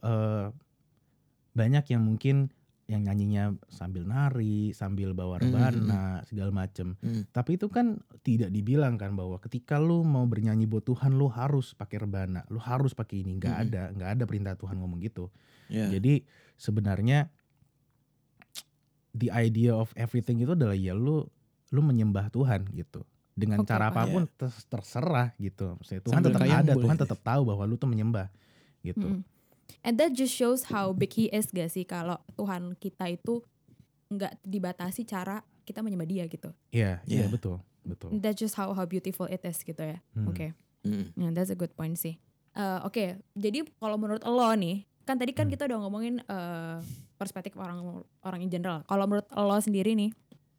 banyak yang mungkin yang nyanyinya sambil nari, sambil bawa rebana, segala macem. Tapi itu kan tidak dibilang kan bahwa ketika lu mau bernyanyi buat Tuhan lu harus pakai rebana, lu harus pakai ini. Nggak ada perintah Tuhan ngomong gitu. Jadi sebenarnya the idea of everything itu adalah ya lu menyembah Tuhan gitu. Dengan cara apapun terserah gitu. Maksudnya Tuhan tetap ada, Tuhan tetap tahu bahwa lu tuh menyembah gitu. And that just shows how big he is gak sih, kalau Tuhan kita itu nggak dibatasi cara kita menyembah dia gitu. Iya, betul. That's just how beautiful it is gitu ya. Oke. Yeah, that's a good point sih. Oke, jadi kalau menurut lo nih, kan tadi kan kita udah ngomongin perspektif orang in general. Kalau menurut lo sendiri nih,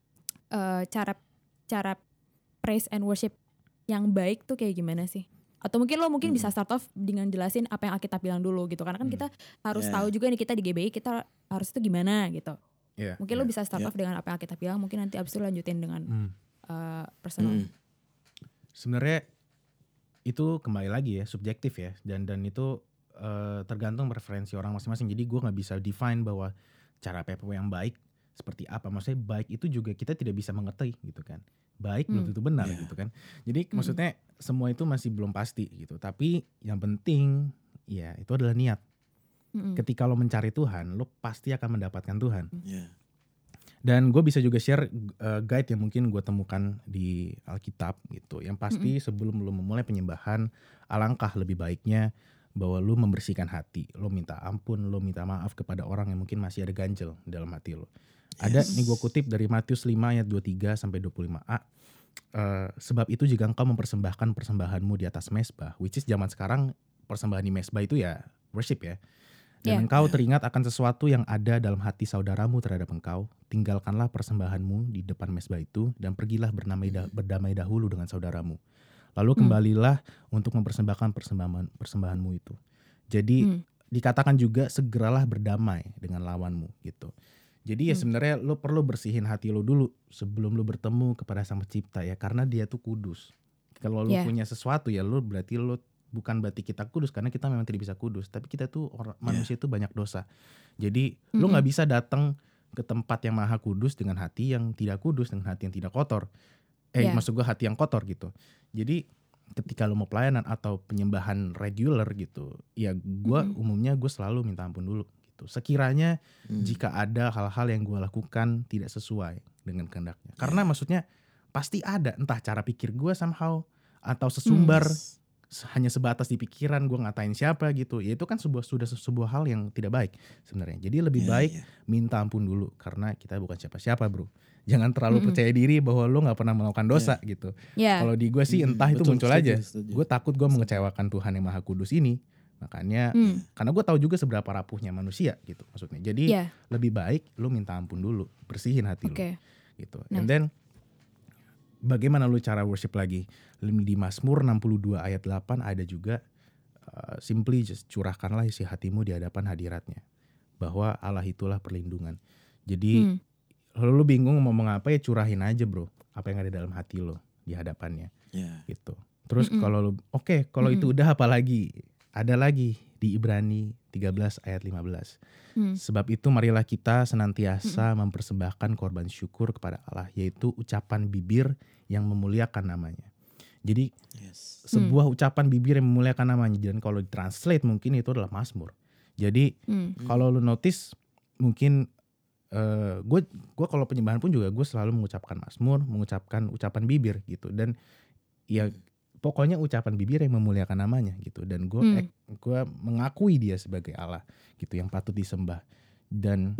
cara praise and worship yang baik tuh kayak gimana sih? Atau mungkin lo bisa start off dengan jelasin apa yang Alkitab bilang dulu gitu. Karena kan kita harus tahu juga nih, kita di GBI kita harus itu gimana gitu. Mungkin lo bisa start off dengan apa yang Alkitab bilang. Mungkin nanti abis itu lanjutin dengan personal. Sebenarnya itu kembali lagi ya, subjektif ya. Dan itu tergantung preferensi orang masing-masing. Jadi gue gak bisa define bahwa cara PPW yang baik seperti apa. Maksudnya baik itu juga kita tidak bisa mengerti gitu kan. Baik belum tentu benar gitu kan. Jadi maksudnya semua itu masih belum pasti gitu. Tapi yang penting ya itu adalah niat. Ketika lo mencari Tuhan, lo pasti akan mendapatkan Tuhan. Dan gue bisa juga share guide yang mungkin gue temukan di Alkitab gitu. Yang pasti sebelum lo memulai penyembahan, alangkah lebih baiknya bahwa lo membersihkan hati. Lo minta ampun, lo minta maaf kepada orang yang mungkin masih ada ganjel dalam hati lo. Ada nih gue kutip dari Matius 5 ayat 23 sampai 25a. Sebab itu jika engkau mempersembahkan persembahanmu di atas mezbah, which is zaman sekarang persembahan di mezbah itu ya worship ya. Dan engkau teringat akan sesuatu yang ada dalam hati saudaramu terhadap engkau, tinggalkanlah persembahanmu di depan mezbah itu dan pergilah berdamai dahulu dengan saudaramu. Lalu kembalilah untuk mempersembahkan persembahanmu itu. Jadi dikatakan juga segeralah berdamai dengan lawanmu gitu. Jadi ya sebenarnya lo perlu bersihin hati lo dulu sebelum lo bertemu kepada Sang Pencipta ya, karena dia tuh kudus. Kalau lo punya sesuatu ya lo berarti bukan berarti kita kudus, karena kita memang tidak bisa kudus, tapi kita tuh manusia itu banyak dosa. Jadi lo nggak bisa datang ke tempat yang maha kudus dengan hati yang tidak kudus, dengan hati yang tidak kotor. Maksud gue hati yang kotor gitu. Jadi ketika lo mau pelayanan atau penyembahan regular gitu, ya gue umumnya gue selalu minta ampun dulu. Sekiranya jika ada hal-hal yang gue lakukan tidak sesuai dengan kehendaknya. Karena maksudnya pasti ada, entah cara pikir gue somehow atau sesumbar hanya sebatas di pikiran gue ngatain siapa gitu. Ya itu kan sudah sebuah hal yang tidak baik sebenarnya. Jadi lebih baik minta ampun dulu, karena kita bukan siapa-siapa bro. Jangan terlalu percaya diri bahwa lo gak pernah melakukan dosa gitu. Kalau di gue sih entah itu muncul aja. Gue takut gue mengecewakan Tuhan yang Maha Kudus ini. Makanya karena gue tahu juga seberapa rapuhnya manusia gitu maksudnya. Jadi lebih baik lu minta ampun dulu, bersihin hati lu gitu. And then bagaimana lu cara worship lagi? Di Mazmur 62 ayat 8 ada juga simply just curahkanlah isi hatimu di hadapan hadiratnya, bahwa Allah itulah perlindungan. Jadi lu bingung mau ngomong apa ya, curahin aja bro apa yang ada dalam hati lo di hadapannya gitu. Terus kalau lu kalau itu udah apa lagi? Ada lagi di Ibrani 13 ayat 15. Sebab itu marilah kita senantiasa mempersembahkan korban syukur kepada Allah, yaitu ucapan bibir yang memuliakan namanya. Jadi Yes. sebuah ucapan bibir yang memuliakan namanya, dan kalau ditranslate mungkin itu adalah mazmur. Jadi kalau lu notice mungkin gue kalau penyembahan pun juga gue selalu mengucapkan mazmur, mengucapkan ucapan bibir gitu, dan ya pokoknya ucapan bibir yang memuliakan namanya gitu, dan gue mengakui dia sebagai Allah gitu yang patut disembah. Dan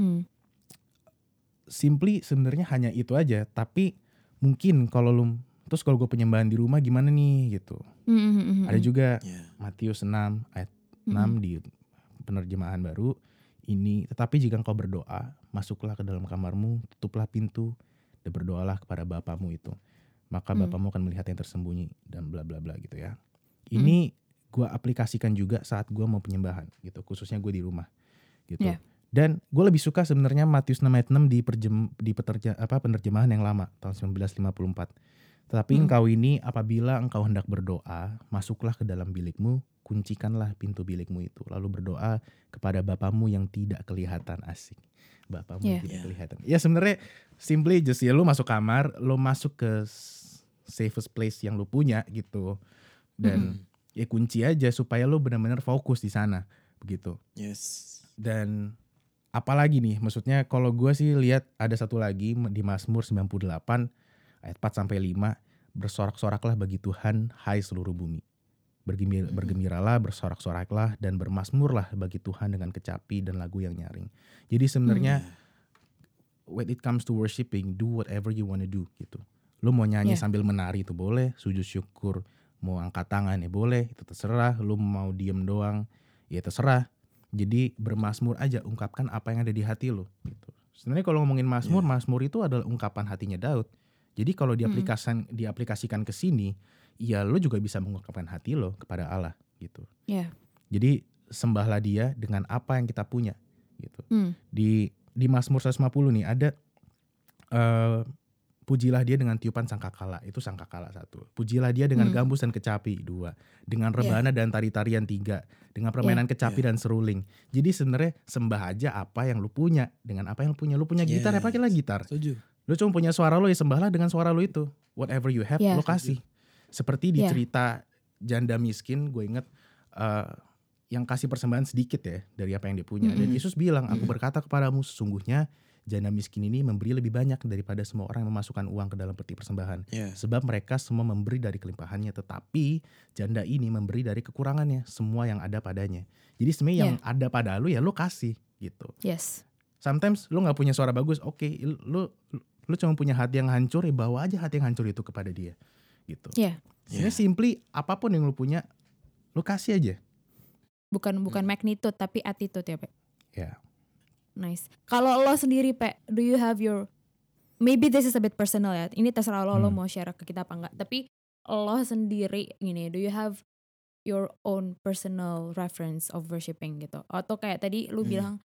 simply sebenarnya hanya itu aja. Tapi mungkin kalau kalau gue penyembahan di rumah gimana nih gitu. Ada juga Matius 6 ayat 6 di penerjemahan baru ini, tetapi jika engkau berdoa, masuklah ke dalam kamarmu, tutuplah pintu dan berdoalah kepada Bapamu itu, maka Bapamu akan melihat yang tersembunyi, dan bla bla bla gitu ya. Ini gue aplikasikan juga saat gue mau penyembahan gitu, khususnya gue di rumah gitu. Dan gue lebih suka sebenarnya Matius 6 ayat 6 di penerjemahan yang lama tahun 1954. Tetapi engkau ini apabila engkau hendak berdoa, masuklah ke dalam bilikmu, kuncikanlah pintu bilikmu itu, lalu berdoa kepada Bapamu yang tidak kelihatan. Asik. Bapamu yang tidak kelihatan. Ya sebenarnya simply just ya lu masuk kamar, lu masuk ke safest place yang lu punya gitu. Dan ya kunci aja supaya lu benar-benar fokus di sana begitu. Yes. Dan apalagi nih, maksudnya kalau gue sih lihat ada satu lagi di Mazmur 98 ayat 4 sampai 5, bersorak-soraklah bagi Tuhan hai seluruh bumi. Bergembiralah, bersorak-soraklah dan bermazmurlah bagi Tuhan dengan kecapi dan lagu yang nyaring. Jadi sebenarnya when it comes to worshiping, do whatever you wanna do gitu. Lu mau nyanyi sambil menari itu boleh, sujud syukur, mau angkat tangan ya boleh, itu terserah. Lu mau diem doang ya terserah. Jadi bermazmur aja, ungkapkan apa yang ada di hati lu gitu. Sebenarnya kalau ngomongin mazmur, mazmur itu adalah ungkapan hatinya Daud. Jadi kalau diaplikasikan ke sini, ya lo juga bisa mengungkapkan hati lo kepada Allah gitu. Jadi sembahlah dia dengan apa yang kita punya gitu. Di Mazmur 150 nih ada pujilah dia dengan tiupan sangkakala, itu sangkakala 1. Pujilah dia dengan gambus dan kecapi 2. Dengan rebana dan tari-tarian 3. Dengan permainan kecapi dan seruling. Jadi sebenarnya sembah aja apa yang lu punya dengan apa yang lu punya. Lu punya gitar ya pakailah gitar. Setuju. Lu cuma punya suara lu ya sembahlah dengan suara lu itu. Whatever you have lu kasih. Seperti di cerita janda miskin, gue inget yang kasih persembahan sedikit ya dari apa yang dia punya. Dan Yesus bilang, aku berkata kepadamu sesungguhnya janda miskin ini memberi lebih banyak daripada semua orang yang memasukkan uang ke dalam peti persembahan. Sebab mereka semua memberi dari kelimpahannya, tetapi janda ini memberi dari kekurangannya, semua yang ada padanya. Jadi sebenarnya yang ada pada lu ya lu kasih gitu. Sometimes lu gak punya suara bagus, oke, lu cuma punya hati yang hancur, ya bawa aja hati yang hancur itu kepada dia gitu. Sebenarnya simply apapun yang lu punya, lu kasih aja. Bukan magnitude tapi attitude ya, Pe. Nice. Kalau lo sendiri, Pe, do you have your, maybe this is a bit personal ya, ini terserah lo mau share ke kita apa enggak, tapi lo sendiri gini, do you have your own personal reference of worshiping gitu, atau kayak tadi lu bilang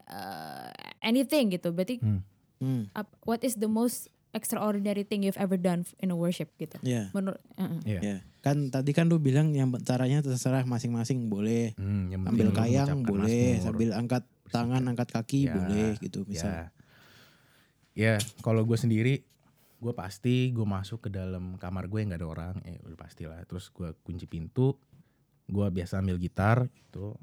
anything gitu, berarti what is the most extraordinary thing you've ever done in a worship gitu? Menurut kan tadi kan lu bilang yang caranya terserah masing-masing, boleh ambil kayang boleh, sambil angkat tangan, angkat kaki boleh gitu misal. Ya kalau gue sendiri, gue pasti gue masuk ke dalam kamar gue yang gak ada orang, udah pastilah. Terus gue kunci pintu, gue biasa ambil gitar gitu.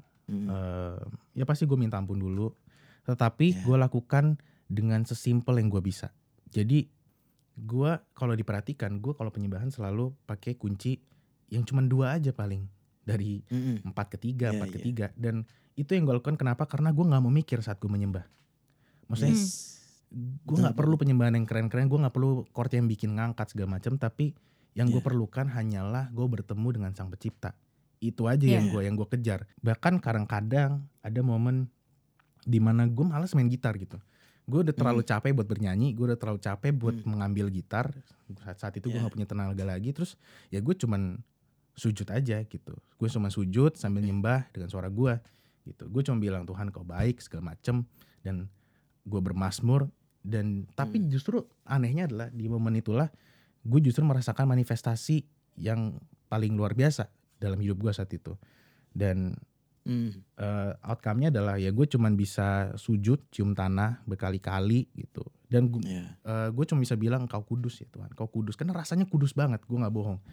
Ya pasti gue minta ampun dulu. Tetapi gue lakukan dengan sesimpel yang gue bisa. Jadi gue kalau diperhatikan, gue kalau penyembahan selalu pakai kunci yang cuma 2 aja paling. Dari 4 ke 3, 4 ke 3. Dan itu yang gue lakukan kenapa? Karena gue gak mau mikir saat gue menyembah. Maksudnya gue gak perlu penyembahan yang keren-keren, gue gak perlu chord yang bikin ngangkat segala macam. Tapi yang gue perlukan hanyalah gue bertemu dengan Sang Pencipta. Itu aja yang gue kejar. Bahkan kadang-kadang ada momen dimana gue malas main gitar gitu. Gue udah terlalu capek buat bernyanyi, gue udah terlalu capek buat mengambil gitar. Saat itu gue gak punya tenaga lagi. Terus ya gue cuman sujud aja gitu. Gue cuma sujud sambil nyembah dengan suara gue gitu. Gue cuma bilang Tuhan kau baik segala macem. Dan gue bermazmur. Dan tapi justru anehnya adalah di momen itulah gue justru merasakan manifestasi yang paling luar biasa dalam hidup gue saat itu. Dan outcome-nya adalah ya gue cuman bisa sujud, cium tanah berkali-kali gitu. Dan gue cuma bisa bilang Engkau kudus ya Tuhan, Kau kudus. Karena rasanya kudus banget, gue gak bohong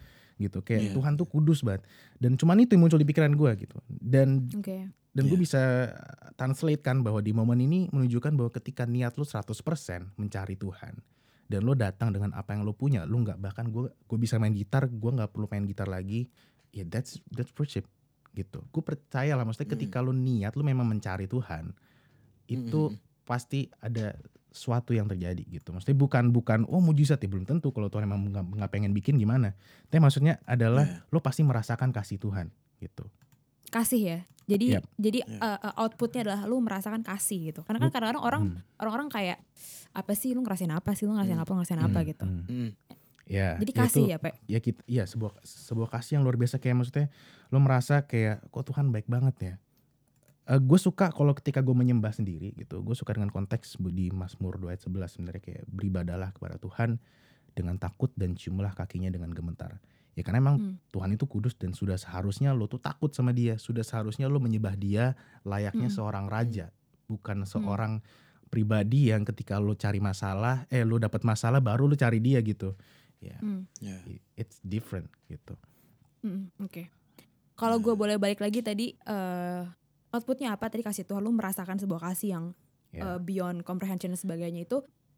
gitu. Kayak Tuhan tuh kudus banget. Dan cuman itu yang muncul di pikiran gue gitu. Dan gue bisa translate kan bahwa di momen ini menunjukkan bahwa ketika niat lu 100% mencari Tuhan dan lu datang dengan apa yang lu punya, lu nggak, bahkan gue bisa main gitar, gue nggak perlu main gitar lagi, ya that's worship gitu. Gue percaya lah, maksudnya ketika lu niat, lu memang mencari Tuhan, itu pasti ada sesuatu yang terjadi gitu. Maksudnya bukan oh mujizat ya, belum tentu. Kalau Tuhan memang nggak pengen bikin gimana. Tapi maksudnya adalah lo pasti merasakan kasih Tuhan gitu. Kasih ya. Jadi outputnya adalah lu merasakan kasih gitu. Karena kan kadang-kadang orang kayak apa sih, lu ngerasain apa sih, lu ngerasain apa gitu. Ya. Jadi kasih ya, Pak. Ya kita, ya sebuah kasih yang luar biasa, kayak maksudnya lo merasa kayak kok Tuhan baik banget ya. Gue suka kalau ketika gue menyembah sendiri gitu, gue suka dengan konteks di Mazmur 2 ayat 11 sebenarnya, kayak beribadalah kepada Tuhan dengan takut dan ciumlah kakinya dengan gemetar. Ya karena emang Tuhan itu kudus dan sudah seharusnya lo tuh takut sama dia, sudah seharusnya lo menyembah dia layaknya seorang raja, bukan seorang pribadi yang ketika lo cari masalah, lo dapat masalah baru lo cari dia gitu. Ya, it's different gitu. Oke. Kalau gue boleh balik lagi tadi, outputnya apa tadi, kasih Tuhan, lu merasakan sebuah kasih yang beyond comprehension dan sebagainya itu,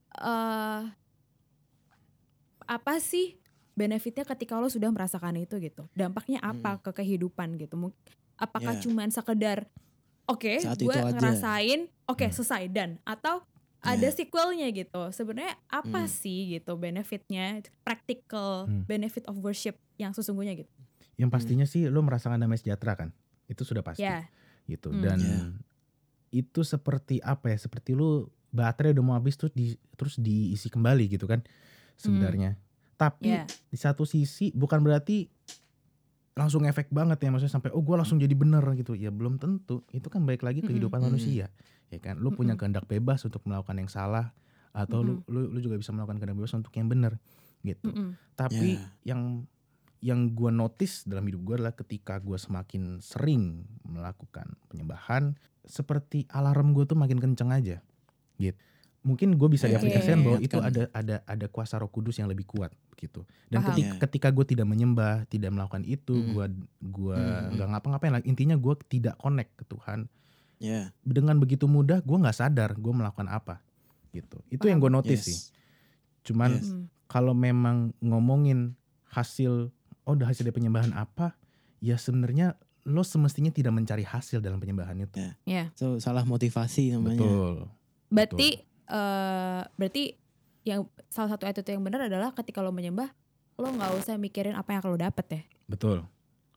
apa sih benefitnya ketika lo sudah merasakan itu gitu? Dampaknya apa ke kehidupan gitu? Apakah cuman sekedar gue ngerasain selesai dan, atau ada sequelnya gitu? Sebenarnya apa sih gitu benefitnya, practical benefit of worship yang sesungguhnya gitu? Yang pastinya sih lo merasakan damai sejahtera kan, itu sudah pasti. Gitu. Dan itu seperti apa ya, seperti lu baterai udah mau habis terus diisi kembali gitu kan sebenarnya. Tapi di satu sisi bukan berarti langsung efek banget ya, maksudnya sampai gue langsung jadi bener gitu. Ya belum tentu. Itu kan balik lagi kehidupan manusia, ya kan. Lu punya kehendak bebas untuk melakukan yang salah, atau lu juga bisa melakukan kehendak bebas untuk yang bener gitu. Tapi yang gue notice dalam hidup gue adalah ketika gue semakin sering melakukan penyembahan, seperti alarm gue tuh makin kenceng aja gitu. Mungkin gue bisa diaplikasikan bahwa itu ada kuasa Roh Kudus yang lebih kuat gitu. Dan ketika gue tidak menyembah, tidak melakukan itu, gue nggak ngapa-ngapain lagi, intinya gue tidak connect ke Tuhan. Dengan begitu mudah gue nggak sadar gue melakukan apa gitu. Itu yang gue notice sih. Cuman kalau memang ngomongin hasil, hasil dari penyembahan apa, ya sebenarnya lo semestinya tidak mencari hasil dalam penyembahan itu. So, salah motivasi namanya. Betul. Berarti yang salah satu attitude yang benar adalah ketika lo menyembah, lo nggak usah mikirin apa yang akan lo dapet ya. Betul.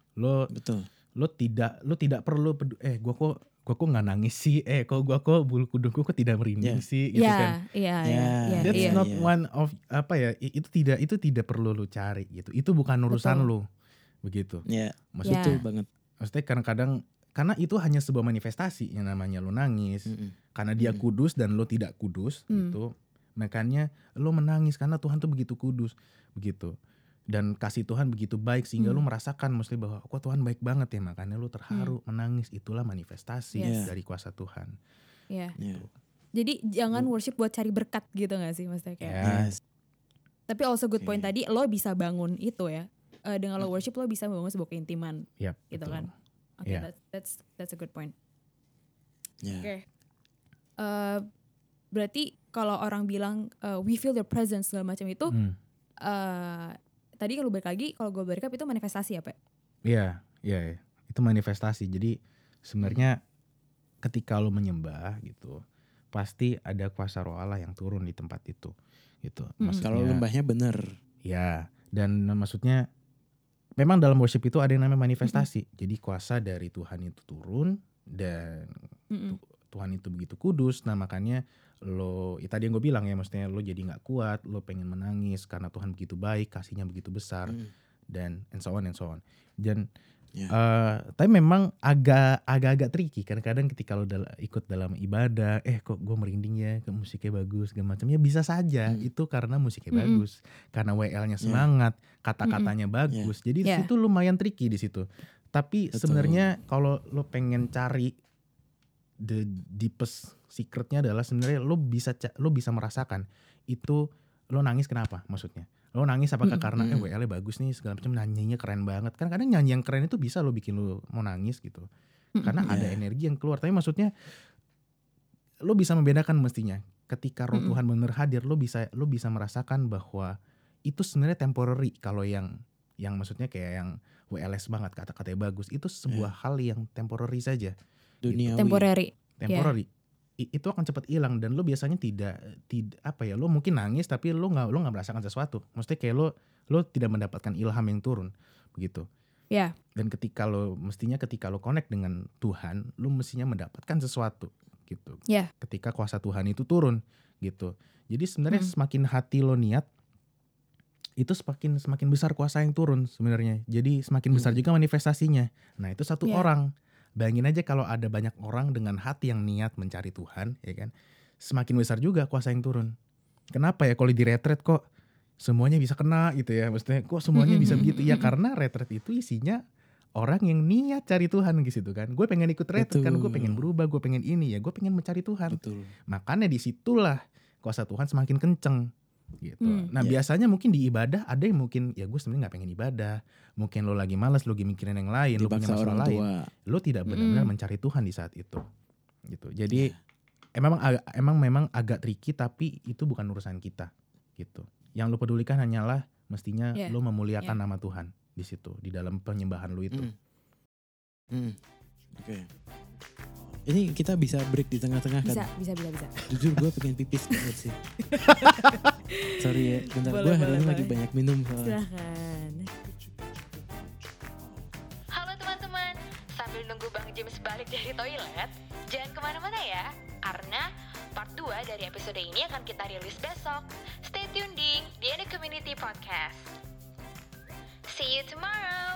Lo tidak perlu gue kok nggak nangis sih, kok bulu kudungku kok tidak merinding sih gitu kan. That's not one of itu tidak perlu lo cari gitu. Itu bukan urusan lo begitu. Maksudnya betul banget. Maksudnya kadang-kadang karena itu hanya sebuah manifestasi yang namanya lo nangis karena dia kudus dan lo tidak kudus gitu. Makanya lo menangis karena Tuhan tuh begitu kudus begitu. Dan kasih Tuhan begitu baik sehingga lo merasakan mesti bahwa kok Tuhan baik banget ya, makanya lo terharu, menangis. Itulah manifestasi dari kuasa Tuhan. Gitu. Jadi jangan worship buat cari berkat gitu gak sih maksudnya kayak. Tapi also good point tadi, lo bisa bangun itu ya. Dengan lo worship lo bisa bangun sebuah keintiman gitu betul. Kan. That's a good point. Berarti kalau orang bilang we feel their presence segala macam itu, tadi kalau balik lagi, kalau gue berkap itu manifestasi ya Pak? Iya, itu manifestasi. Jadi sebenarnya ketika lo menyembah gitu, pasti ada kuasa Roh Allah yang turun di tempat itu gitu. Kalau lembahnya benar. Ya, dan maksudnya memang dalam worship itu ada yang namanya manifestasi. Jadi kuasa dari Tuhan itu turun dan Tuhan itu begitu kudus. Nah makanya lo, tadi yang gue bilang ya, maksudnya lo jadi gak kuat, lo pengen menangis karena Tuhan begitu baik, kasihnya begitu besar, dan and so on. Dan tapi memang agak tricky. Kadang-kadang ketika lo ikut dalam ibadah, kok gue merinding ya, ke musiknya bagus, segala macam. Ya bisa saja itu karena musiknya bagus, karena WL-nya semangat, kata-katanya bagus. Jadi di situ lumayan tricky di situ. Tapi sebenarnya kalau lo pengen cari the deepest secretnya adalah sebenarnya lo bisa merasakan itu lo nangis kenapa maksudnya, Lo nangis apakah karena WL-nya bagus nih segala macam, nyanyinya keren banget. Kan kadang nyanyi yang keren itu bisa lo bikin lo mau nangis gitu. Karena ada energi yang keluar. Tapi maksudnya lo bisa membedakan mestinya. Ketika roh Tuhan benar hadir, lo bisa merasakan bahwa itu sebenarnya temporary. Kalau yang maksudnya kayak yang WLS banget, kata-katanya bagus, itu sebuah hal yang temporary saja. Duniawi. Temporary. Itu akan cepat hilang dan lo biasanya tidak apa ya, lo mungkin nangis tapi lo nggak merasakan sesuatu. Maksudnya kayak lo tidak mendapatkan ilham yang turun begitu. Ya. Dan ketika lo connect dengan Tuhan, lo mestinya mendapatkan sesuatu gitu. Ya. Ketika kuasa Tuhan itu turun gitu. Jadi sebenarnya semakin hati lo niat, itu semakin besar kuasa yang turun sebenarnya. Jadi semakin besar juga manifestasinya. Nah, itu satu orang. Bayangin aja kalau ada banyak orang dengan hati yang niat mencari Tuhan, ya kan? Semakin besar juga kuasa yang turun. Kenapa ya kalau di retret kok semuanya bisa kena gitu ya? Maksudnya kok semuanya bisa begitu? Ya karena retret itu isinya orang yang niat cari Tuhan gitu kan. Gue pengen ikut retret kan, gue pengen berubah, gue pengen ini ya, gue pengen mencari Tuhan. Betul. Makanya disitulah kuasa Tuhan semakin kenceng. Gitu. Nah biasanya mungkin di ibadah ada yang mungkin ya gue sebenarnya nggak pengen ibadah, mungkin lo lagi malas, lo lagi mikirin yang lain, lo punya masalah lain, lo tidak benar-benar mencari Tuhan di saat itu, gitu. Jadi memang agak tricky, tapi itu bukan urusan kita, gitu. Yang lo pedulikan hanyalah mestinya lo memuliakan nama Tuhan di situ, di dalam penyembahan lo itu. Oke. Ini kita bisa break di tengah-tengah kan? Bisa. Jujur gue pengen pipis banget sih. Sorry ya, bentar. Gue hari ini lagi banyak minum. Silahkan. Halo teman-teman, sambil nunggu Bang James balik dari toilet, jangan kemana-mana ya. Karena part 2 dari episode ini akan kita rilis besok. Stay tuned di DNA Community Podcast. See you tomorrow.